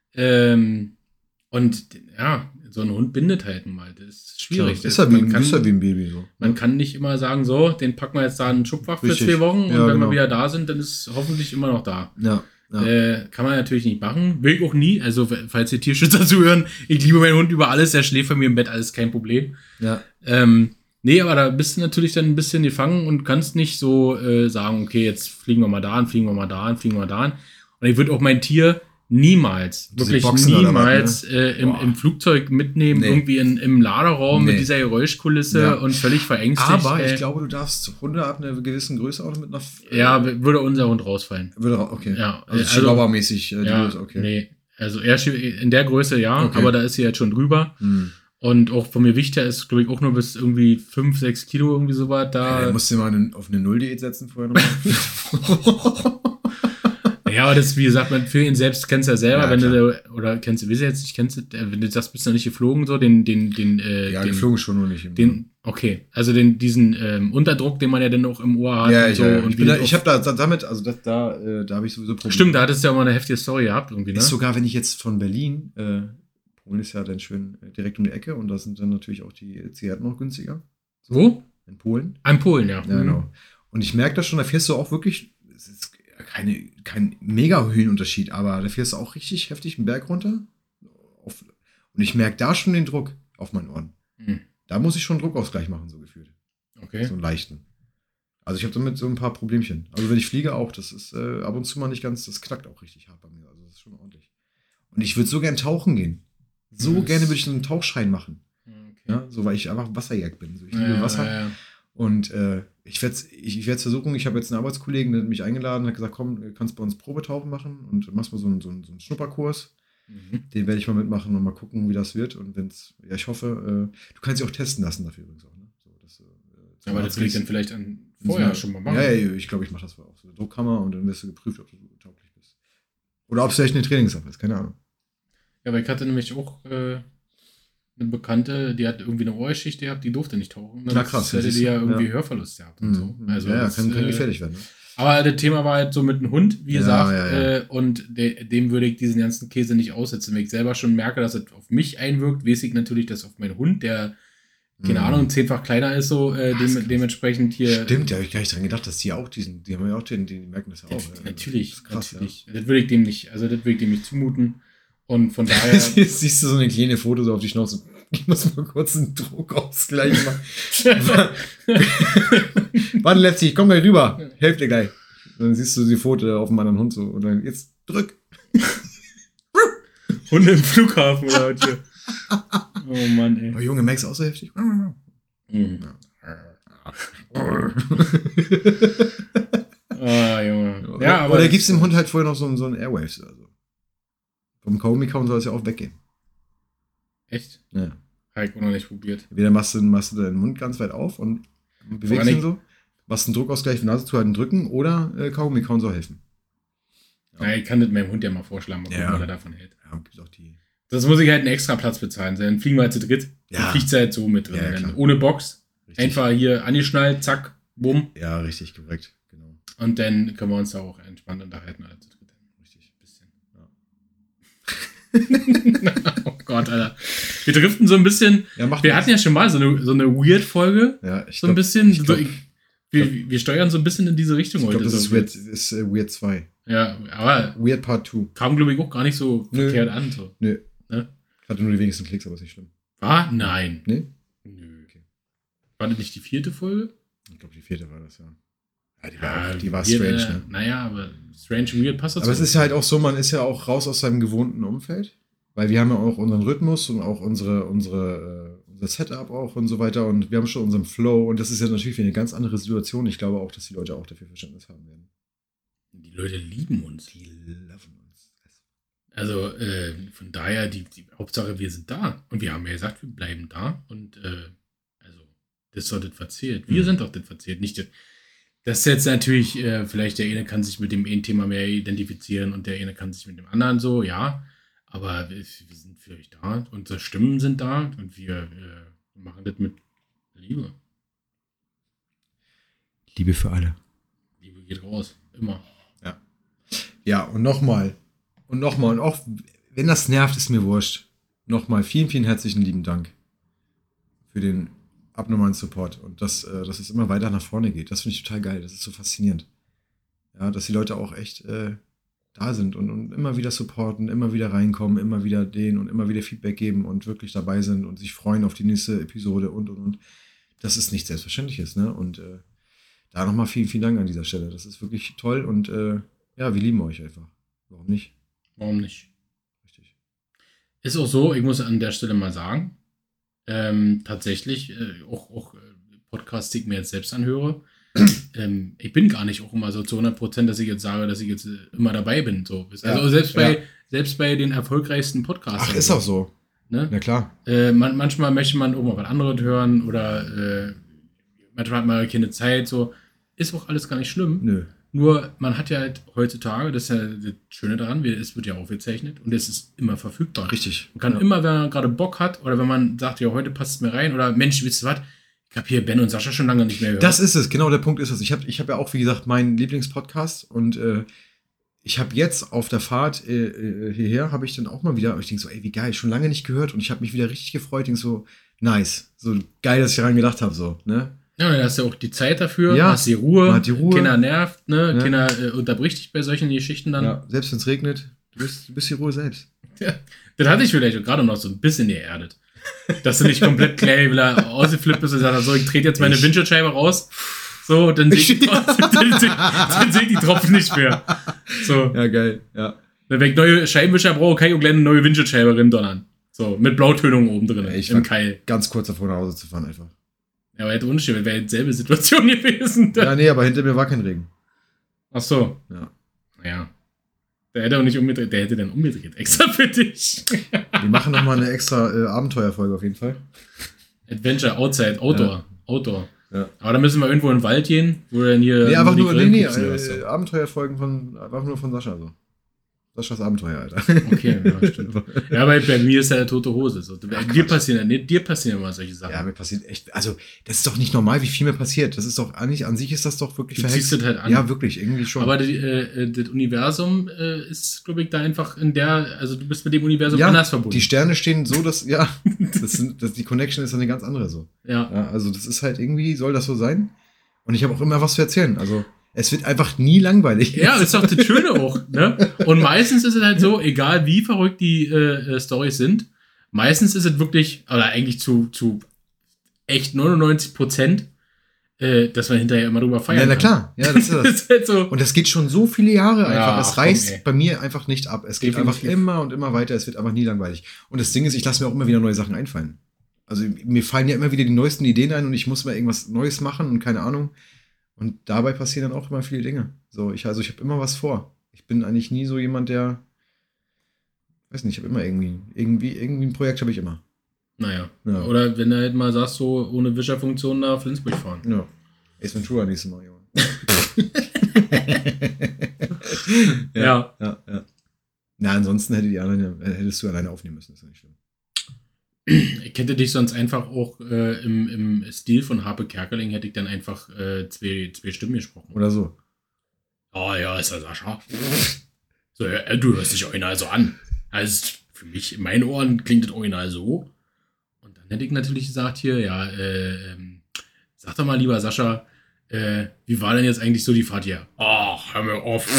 Und ja, so ein Hund bindet halt mal. Das ist schwierig. Ist ja wie ein Baby. So. Man kann nicht immer sagen, so, den packen wir jetzt da in den Schubfach für 2 Wochen und wenn wir wieder da sind, dann ist hoffentlich immer noch da. Ja. Ja. Kann man natürlich nicht machen. Will ich auch nie. Also, falls ihr Tierschützer zuhören, ich liebe meinen Hund über alles. Der schläft bei mir im Bett, alles kein Problem. Ja. Nee, aber da bist du natürlich dann ein bisschen gefangen und kannst nicht so sagen, okay, jetzt fliegen wir mal da fliegen wir mal da fliegen wir mal da. Und ich würde auch mein Tier niemals, wirklich Boxen niemals oder was, im Flugzeug mitnehmen, Nee. irgendwie im Laderaum Nee. mit dieser Geräuschkulisse Ja. und völlig verängstigt. Aber ich glaube, du darfst Hunde ab einer gewissen Größe auch mit einer. Ja, würde unser Hund rausfallen. Okay. Ja, Also, also- Chihuahua-mäßig. Ja, okay. nee. Also in der Größe ja, Okay. aber da ist sie jetzt schon drüber. Hm. Und auch von mir Gewicht her ist, glaube ich, auch nur bis irgendwie 5, 6 Kilo irgendwie so was Ja, da. musst du mal auf eine Null-Diät setzen vorher nochmal. Ja, aber das, wie gesagt, man für ihn selbst kennst du ja selber, Ja, wenn klar. du, oder kennst du, wie jetzt nicht kennst du, wenn du sagst, bist du noch nicht geflogen, so, den, Ja, geflogen schon nur nicht. okay, also diesen Unterdruck, den man ja dann auch im Ohr hat Ja, und so. ja. Und Ich habe da damit, also da habe ich sowieso Probleme. Stimmt, da hattest du ja auch mal eine heftige Story gehabt, irgendwie, ne? Ist sogar, wenn ich jetzt von Berlin, Polen ist ja dann schön direkt um die Ecke und da sind dann natürlich auch die Zigaretten noch günstiger. Wo? In Polen. An Polen, ja. Ja, genau. Und ich merke das schon, da fährst du auch wirklich, es ist kein mega Höhenunterschied, aber da fährst du auch richtig heftig einen Berg runter. Und ich merke da schon den Druck auf meinen Ohren. Mhm. Da muss ich schon Druckausgleich machen, so gefühlt. Okay. So einen leichten. Also ich habe damit so ein paar Problemchen. Also wenn ich fliege auch, das ist ab und zu mal nicht ganz, das knackt auch richtig hart bei mir. Also das ist schon ordentlich. Und ich würde so gern tauchen gehen. So Das- gerne würde ich so einen Tauchschein machen. Okay. Ja, so weil ich einfach Wasserjäger bin. So, ich liebe Wasser. Ja. Und ich werde es versuchen, ich habe jetzt einen Arbeitskollegen, der hat mich eingeladen, hat gesagt, komm, du kannst bei uns Probetauchen machen und machst mal so einen Schnupperkurs. Mhm. Den werde ich mal mitmachen und mal gucken, wie das wird. Und wenn's, ja, ich hoffe, du kannst dich auch testen lassen dafür übrigens auch. Ne? So, dass, Aber das will ich dann vielleicht vorher schon mal machen. Ja, ich glaube, ich mache das auch so eine Druckkammer und dann wirst du geprüft, ob du tauglich bist. Oder ob es vielleicht eine Trainingssache ist, keine Ahnung. Ja, aber ich hatte nämlich auch eine Bekannte, die hat irgendwie eine Ohrgeschichte gehabt, die durfte nicht tauchen. Na krass, hätte das die ist- ja irgendwie ja. Hörverlust gehabt und so. Also ja, das, kann gefährlich werden. Ne? aber das Thema war halt so mit einem Hund, wie Ja, gesagt, ja. und dem würde ich diesen ganzen Käse nicht aussetzen. Wenn ich selber schon merke, dass es auf mich einwirkt, weiß ich natürlich, dass auf meinen Hund, der, keine Ahnung, 10-fach kleiner ist, so krass. dementsprechend hier. Stimmt, da habe ich gar nicht dran gedacht, dass die auch die haben ja auch die merken das ja auch. Natürlich, Das ist krass, natürlich. Das würde ich dem nicht zumuten. Und von daher. Jetzt siehst du so eine kleine Foto so auf die Schnauze. Ich muss mal kurz einen Druckausgleich machen. Warte, letztlich, komm gleich rüber. Helf dir gleich. Und dann siehst du die Foto auf dem anderen Hund so. Und dann jetzt drück. Hunde im Flughafen oder was hier. Oh Mann, ey. Oh, Junge, merkst du auch so heftig? Mhm. Ah, Junge. Ja, aber. Oder gibst dem Hund halt vorher noch so einen Airwaves oder so. Vom Kaumi-Kauen soll es ja auch weggehen. Echt? Ja. Habe ich auch noch nicht probiert. Entweder machst du deinen Mund ganz weit auf und bewegst ihn so, machst einen Druckausgleich für Nase zu halten, drücken oder Kaugummi-Kauen soll helfen. Ja, ich kann das meinem Hund ja mal vorschlagen, mal gucken, Ja. was er davon hält. Ja, gibt auch die. Das muss ich halt einen extra Platz bezahlen. Dann fliegen wir halt zu dritt. Dann Ja. fliegt sie halt so mit drin. Ja, Dann klar. ohne Box. Richtig. Einfach hier angeschnallt, zack, bumm. Ja, richtig, korrekt. Genau. Und dann können wir uns da auch entspannt unterhalten, alle zu dritt. Richtig. Oh Gott, Alter. Wir driften so ein bisschen. Ja, macht Wir nichts. hatten ja schon mal so eine Weird-Folge. Ja, ich So ein glaub- bisschen. Ich glaub, Wir steuern so ein bisschen in diese Richtung ich glaub, heute. das so. ist Weird 2. Ja, aber Weird Part 2. kam, glaube ich, auch gar nicht so Nö. verkehrt an. So. Nö. Ne? Hatte nur die wenigsten Klicks, aber ist nicht schlimm. War? Nein. Nee? Nö. Okay. War das nicht die 4. Folge? Ich glaube, die 4. war das, ja. Ja, Ja, die war weird, strange, ne? Naja, aber strange und weird passt dazu. Aber es ist ja halt auch so, man ist ja auch raus aus seinem gewohnten Umfeld. Weil wir haben ja auch unseren Rhythmus und auch unser Setup auch und so weiter. Und wir haben schon unseren Flow. Und das ist ja natürlich wieder eine ganz andere Situation. Ich glaube auch, dass die Leute auch dafür Verständnis haben werden. Die Leute lieben uns. Die loven uns. Also von daher, die Hauptsache, wir sind da. Und wir haben ja gesagt, wir bleiben da. Und also, das ist doch das verzählt. Wir Mhm. sind doch das verzählt. Nicht das ist jetzt natürlich, vielleicht der eine kann sich mit dem einen Thema mehr identifizieren und der eine kann sich mit dem anderen so, ja. Aber wir sind für euch da. Unsere Stimmen sind da und wir machen das mit Liebe. Liebe für alle. Liebe geht raus. Immer. Ja, und nochmal. Und auch, wenn das nervt, ist mir wurscht. Nochmal vielen, vielen herzlichen lieben Dank für den abnormalen Support und dass es immer weiter nach vorne geht. Das finde ich total geil. Das ist so faszinierend. Ja, dass die Leute auch echt da sind und immer wieder supporten, immer wieder reinkommen, immer wieder und immer wieder Feedback geben und wirklich dabei sind und sich freuen auf die nächste Episode und. Das ist nichts Selbstverständliches, ne? Und da nochmal vielen, vielen Dank an dieser Stelle. Das ist wirklich toll und ja, wir lieben euch einfach. Warum nicht? Warum nicht? Richtig. Ist auch so, ich muss an der Stelle mal sagen, tatsächlich, auch Podcasts, die ich mir jetzt selbst anhöre, ich bin gar nicht auch immer so zu 100%, dass ich jetzt sage, dass ich jetzt immer dabei bin. So. Also selbst bei den erfolgreichsten Podcasts. Ach, ist auch so. Ne? Na klar. Manchmal möchte man auch mal was anderes hören oder manchmal hat man keine Zeit. So. Ist auch alles gar nicht schlimm. Nö. Nur man hat ja halt heutzutage, das ist ja das Schöne daran, es wird ja aufgezeichnet und es ist immer verfügbar. Richtig. Man kann immer, wenn man gerade Bock hat oder wenn man sagt, ja, heute passt es mir rein oder Mensch, wisst ihr was? Ich habe hier Ben und Sascha schon lange nicht mehr gehört. Das ist es, genau der Punkt ist es. Ich hab ja auch, wie gesagt, meinen Lieblingspodcast und ich habe jetzt auf der Fahrt hierher, habe ich dann auch mal wieder, ich denke so, ey, wie geil, schon lange nicht gehört und ich habe mich wieder richtig gefreut, denke so, nice, so geil, dass ich daran gedacht habe, so, ne? Ja, dann hast du auch die Zeit dafür, Ja, hast die Ruhe, man hat die Ruhe. Kinder nervt, ne? Ja. Kinder unterbricht dich bei solchen Geschichten dann. Ja, selbst wenn es regnet, du bist die Ruhe selbst. Ja, das hatte ich vielleicht gerade noch so ein bisschen geerdet. Dass du nicht komplett gleich wieder ausgeflippt bist und sagst, so, ich trete jetzt meine Windschutzscheibe raus. So, dann sehe ich die Tropfen nicht mehr. So. Ja, geil, ja. Wenn ich neue Scheibenwischer brauche, kann ich auch gleich eine neue Windschutzscheibe donnern. So, mit Blautönung oben drin, Ich im war Keil. ganz kurz davor, nach Hause zu fahren, einfach. Ja, aber hätte unschön, wäre dieselbe Situation gewesen. Ja, nee, aber hinter mir war kein Regen. Ach so. Ja. Naja. Der hätte auch nicht umgedreht, der hätte dann umgedreht, extra für dich. Wir machen nochmal eine extra Abenteuerfolge auf jeden Fall. Adventure, Outside, Outdoor. Ja. Outdoor. Ja. Aber da müssen wir irgendwo in den Wald gehen, wo dann hier. Nee, einfach nur, Abenteuerfolgen. Abenteuerfolgen von Sascha, so. Saschas Abenteuer, Alter. Okay, ja, stimmt. Ja, aber bei mir ist ja der tote Hose. So. Dir passieren immer solche Sachen. Ja, mir passiert echt, also, das ist doch nicht normal, wie viel mir passiert. Das ist doch, eigentlich, an sich ist das doch wirklich verhext. Du ziehst das halt an. Ja, wirklich, irgendwie schon. Aber das Universum ist, glaube ich, da einfach also du bist mit dem Universum anders verbunden. Die Sterne stehen so, dass, die Connection ist eine ganz andere so. Ja. Also, das ist halt irgendwie, soll das so sein? Und ich habe auch immer was zu erzählen, also. Es wird einfach nie langweilig. Ja, ist doch das Schöne auch. Ne? Und meistens ist es halt so, egal wie verrückt die Storys sind, meistens ist es wirklich, oder eigentlich zu echt 99%, dass man hinterher immer drüber feiern kann. Ja, na klar. Ja, das ist das. Das ist halt so. Und das geht schon so viele Jahre einfach. Ja, es reißt bei mir einfach nicht ab. Es geht Definitiv. einfach immer und immer weiter. Es wird einfach nie langweilig. Und das Ding ist, ich lasse mir auch immer wieder neue Sachen einfallen. Also mir fallen ja immer wieder die neuesten Ideen ein und ich muss mal irgendwas Neues machen und keine Ahnung. Und dabei passieren dann auch immer viele Dinge. So, ich habe immer was vor. Ich bin eigentlich nie so jemand, der, weiß nicht, ich habe immer irgendwie ein Projekt habe ich immer. Naja. Ja. Oder wenn du halt mal sagst, so ohne Wischerfunktion nach Flensburg fahren. Ja. Ace Ventura nächstes Mal, Junge. Ja. Na, ansonsten hättest du alleine aufnehmen müssen, das ist ja nicht schlimm. Ich hätte dich sonst einfach auch im Stil von Harpe Kerkeling hätte ich dann einfach zwei Stimmen gesprochen. Oder so. Oh ja, ist der Sascha. So, ja, du hörst dich original so an. Also für mich, in meinen Ohren klingt das original so. Und dann hätte ich natürlich gesagt hier, ja, sag doch mal lieber Sascha, wie war denn jetzt eigentlich so die Fahrt hier? Ach, hör mir auf.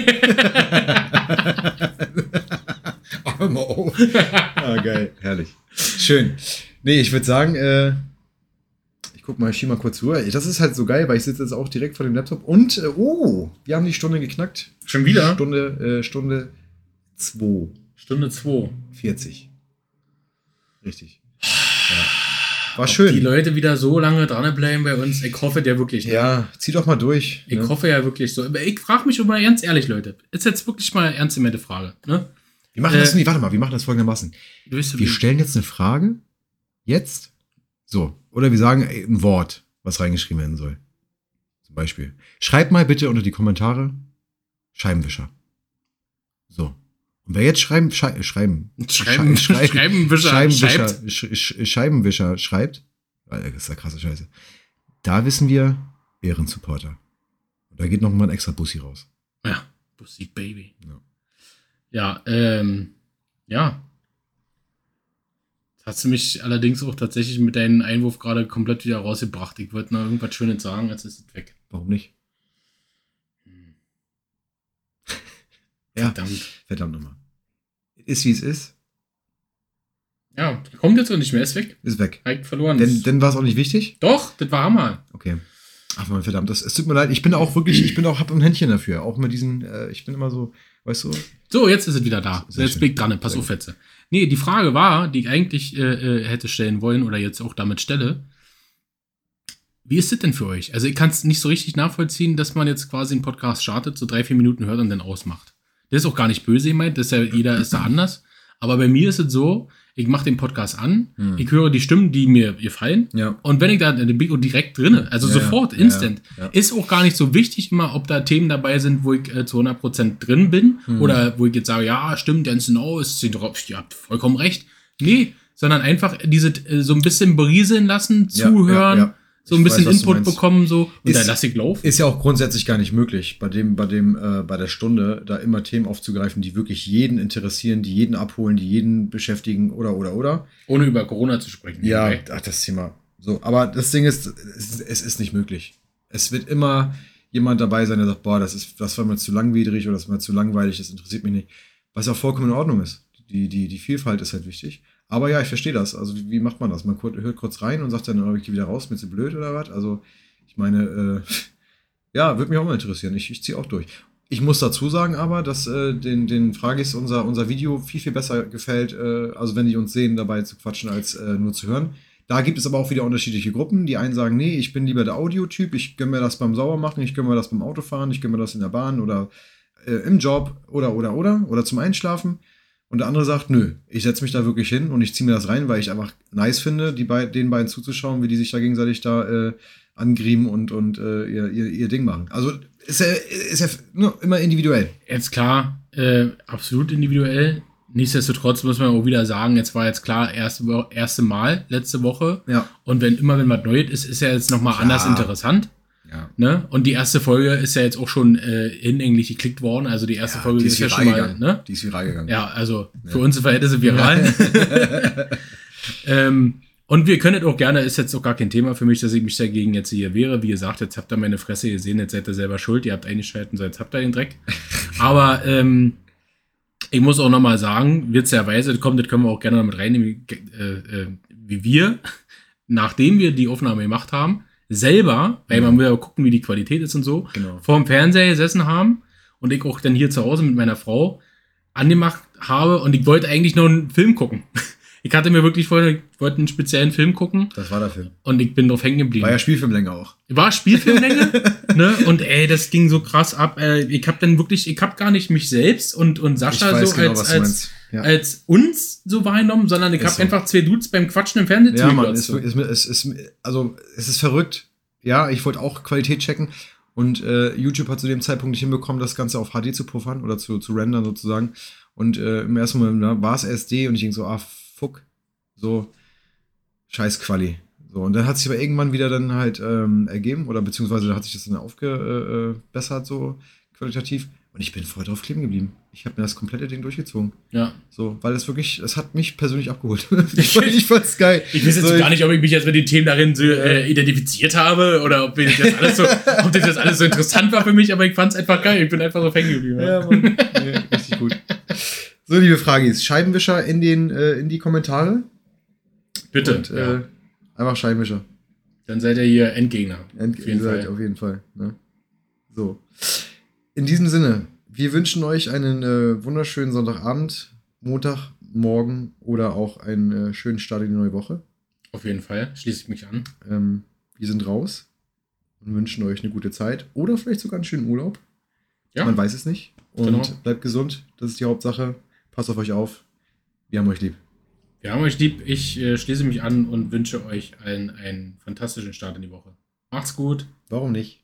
Hör mal auf. Ah, geil, herrlich. Schön. Nee, ich würde sagen, ich guck mal, ich schiebe mal kurz rüber. Das ist halt so geil, weil ich sitze jetzt auch direkt vor dem Laptop und, wir haben die Stunde geknackt. Schon wieder? Stunde 2. Stunde 2. 40. Richtig. Ja. War schön. Die Leute wieder so lange dranbleiben bei uns. Ich hoffe der wirklich. Ne? Ja, zieh doch mal durch. Ich hoffe ja wirklich so. Ich frage mich mal ganz ehrlich, Leute. Ist jetzt wirklich mal eine ernst gemeinte Frage. Ne? Wir machen das nicht, warte mal, wir machen das folgendermaßen. Wir stellen jetzt eine Frage. Jetzt. So. Oder wir sagen ein Wort, was reingeschrieben werden soll. Zum Beispiel. Schreibt mal bitte unter die Kommentare Scheibenwischer. So. Und wer jetzt Scheibenwischer schreibt, das ist ja krasse Scheiße, da wissen wir, Ehrensupporter. Und da geht noch mal ein extra Bussi raus. Ja, Bussi Baby. Ja. Ja. Hast du mich allerdings auch tatsächlich mit deinem Einwurf gerade komplett wieder rausgebracht. Ich wollte noch irgendwas Schönes sagen, jetzt ist es weg. Warum nicht? Ja, verdammt nochmal. Ist, wie es ist. Ja, kommt jetzt auch nicht mehr, ist weg. Ist weg. Direkt verloren. Denn war es auch nicht wichtig? Doch, das war Hammer. Okay. Ach man, verdammt, es tut mir leid. Ich bin auch, hab ein Händchen dafür. Auch mit diesen, ich bin immer so, weißt du. So, jetzt ist es wieder da. Sehr Jetzt schön. bin ich dran, pass auf, Fetze. Nee, die Frage war, die ich eigentlich hätte stellen wollen oder jetzt auch damit stelle. Wie ist das denn für euch? Also ich kann es nicht so richtig nachvollziehen, dass man jetzt quasi einen Podcast startet, so 3-4 Minuten hört und dann ausmacht. Das ist auch gar nicht böse gemeint, das ist ja, jeder ist da anders. Aber bei mir ist es so, ich mache den Podcast an, ich höre die Stimmen, die mir gefallen. Ja. Und wenn ich da, dann bin ich auch direkt drin. Also sofort, instant. Ja. Ist auch gar nicht so wichtig immer, ob da Themen dabei sind, wo ich zu 100% drin bin. Oder wo ich jetzt sage, ja, stimmt, ganz genau, ihr habt vollkommen recht. Nee, sondern einfach diese so ein bisschen berieseln lassen, zuhören. Ja. So ein bisschen Input bekommen, so, und dann lass ich laufen. Ist ja auch grundsätzlich gar nicht möglich, bei der Stunde da immer Themen aufzugreifen, die wirklich jeden interessieren, die jeden abholen, die jeden beschäftigen oder. Ohne über Corona zu sprechen. Ja, das Thema. So, aber das Ding ist, es ist nicht möglich. Es wird immer jemand dabei sein, der sagt, boah, das war mir zu langwidrig oder das war mir zu langweilig, das interessiert mich nicht. Was auch vollkommen in Ordnung ist. Die Vielfalt ist halt wichtig. Aber ja, ich verstehe das. Also wie macht man das? Man hört kurz rein und sagt dann, ich gehe wieder raus, mir zu blöd oder was? Also ich meine, ja, würde mich auch mal interessieren. Ich ziehe auch durch. Ich muss dazu sagen aber, dass den Fragis unser Video viel besser gefällt, also wenn die uns sehen, dabei zu quatschen, als nur zu hören. Da gibt es aber auch wieder unterschiedliche Gruppen. Die einen sagen, nee, ich bin lieber der Audiotyp, ich gönne mir das beim Saubermachen, ich gönne mir das beim Autofahren, ich gönne mir das in der Bahn oder im Job oder zum Einschlafen. Und der andere sagt, nö, ich setze mich da wirklich hin und ich ziehe mir das rein, weil ich einfach nice finde, den beiden zuzuschauen, wie die sich da gegenseitig da angrieben und ihr Ding machen. Also ist ja immer individuell. Jetzt klar, absolut individuell. Nichtsdestotrotz muss man auch wieder sagen, jetzt war klar, erste Mal letzte Woche. Ja. Und wenn was Neues ist, ist ja jetzt nochmal anders interessant. Ja. Ne? Und die erste Folge ist ja jetzt auch schon hinlänglich geklickt worden. Also die erste Folge ist ja schon mal, ne? Die ist viral gegangen. Ja, also für unsere Verhältnisse viral. Und wir können auch gerne, ist jetzt auch gar kein Thema für mich, dass ich mich dagegen jetzt hier wehre. Wie gesagt, jetzt habt ihr meine Fresse gesehen, jetzt seid ihr selber schuld, ihr habt eingeschaltet, so jetzt habt ihr den Dreck. Aber ich muss auch nochmal sagen, witzigerweise, das können wir auch gerne noch mit reinnehmen, wie wir, nachdem wir die Aufnahme gemacht haben, selber, weil man will ja gucken, wie die Qualität ist und so, vor dem Fernseher gesessen haben und ich auch dann hier zu Hause mit meiner Frau angemacht habe und ich wollte eigentlich noch einen Film gucken. Ich hatte mir wirklich vorher, ich wollte einen speziellen Film gucken. Das war der Film. Und ich bin drauf hängen geblieben. War ja Spielfilmlänge auch. War Spielfilmlänge, ne? Und das ging so krass ab. Ich habe gar nicht mich selbst und Sascha so genau, als uns so wahrgenommen, sondern ich habe einfach zwei Dudes beim Quatschen im Fernsehen zugehört. Ja, Mann, es ist verrückt. Ja, ich wollte auch Qualität checken. Und YouTube hat zu dem Zeitpunkt nicht hinbekommen, das Ganze auf HD zu puffern oder zu rendern sozusagen. Und im ersten Moment war es SD und ich denke so, fuck, so scheiß Quali. So, und dann hat sich aber irgendwann wieder dann halt ergeben, oder beziehungsweise da hat sich das dann aufgebessert, so qualitativ. Und ich bin voll drauf kleben geblieben. Ich habe mir das komplette Ding durchgezogen. Ja. So, weil es hat mich persönlich abgeholt. ich fand's geil. Ich weiß jetzt gar nicht, ob ich mich jetzt mit den Themen darin so, identifiziert habe oder ob das alles so interessant war für mich, aber ich fand's einfach geil. Ich bin einfach so hängen geblieben. Ja, Mann. Nee, richtig gut. So, liebe Fragis, Scheibenwischer in die Kommentare. Bitte. Und, einfach Scheibenwischer. Dann seid ihr hier Endgegner. Auf jeden Fall. Ne? So. In diesem Sinne, wir wünschen euch einen wunderschönen Sonntagabend, Montag, Morgen oder auch einen schönen Start in die neue Woche. Auf jeden Fall, schließe ich mich an. Wir sind raus und wünschen euch eine gute Zeit oder vielleicht sogar einen schönen Urlaub. Ja. Man weiß es nicht. Und bleibt gesund, das ist die Hauptsache. Passt auf euch auf. Wir haben euch lieb. Wir haben euch lieb. Ich schließe mich an und wünsche euch allen einen fantastischen Start in die Woche. Macht's gut. Warum nicht?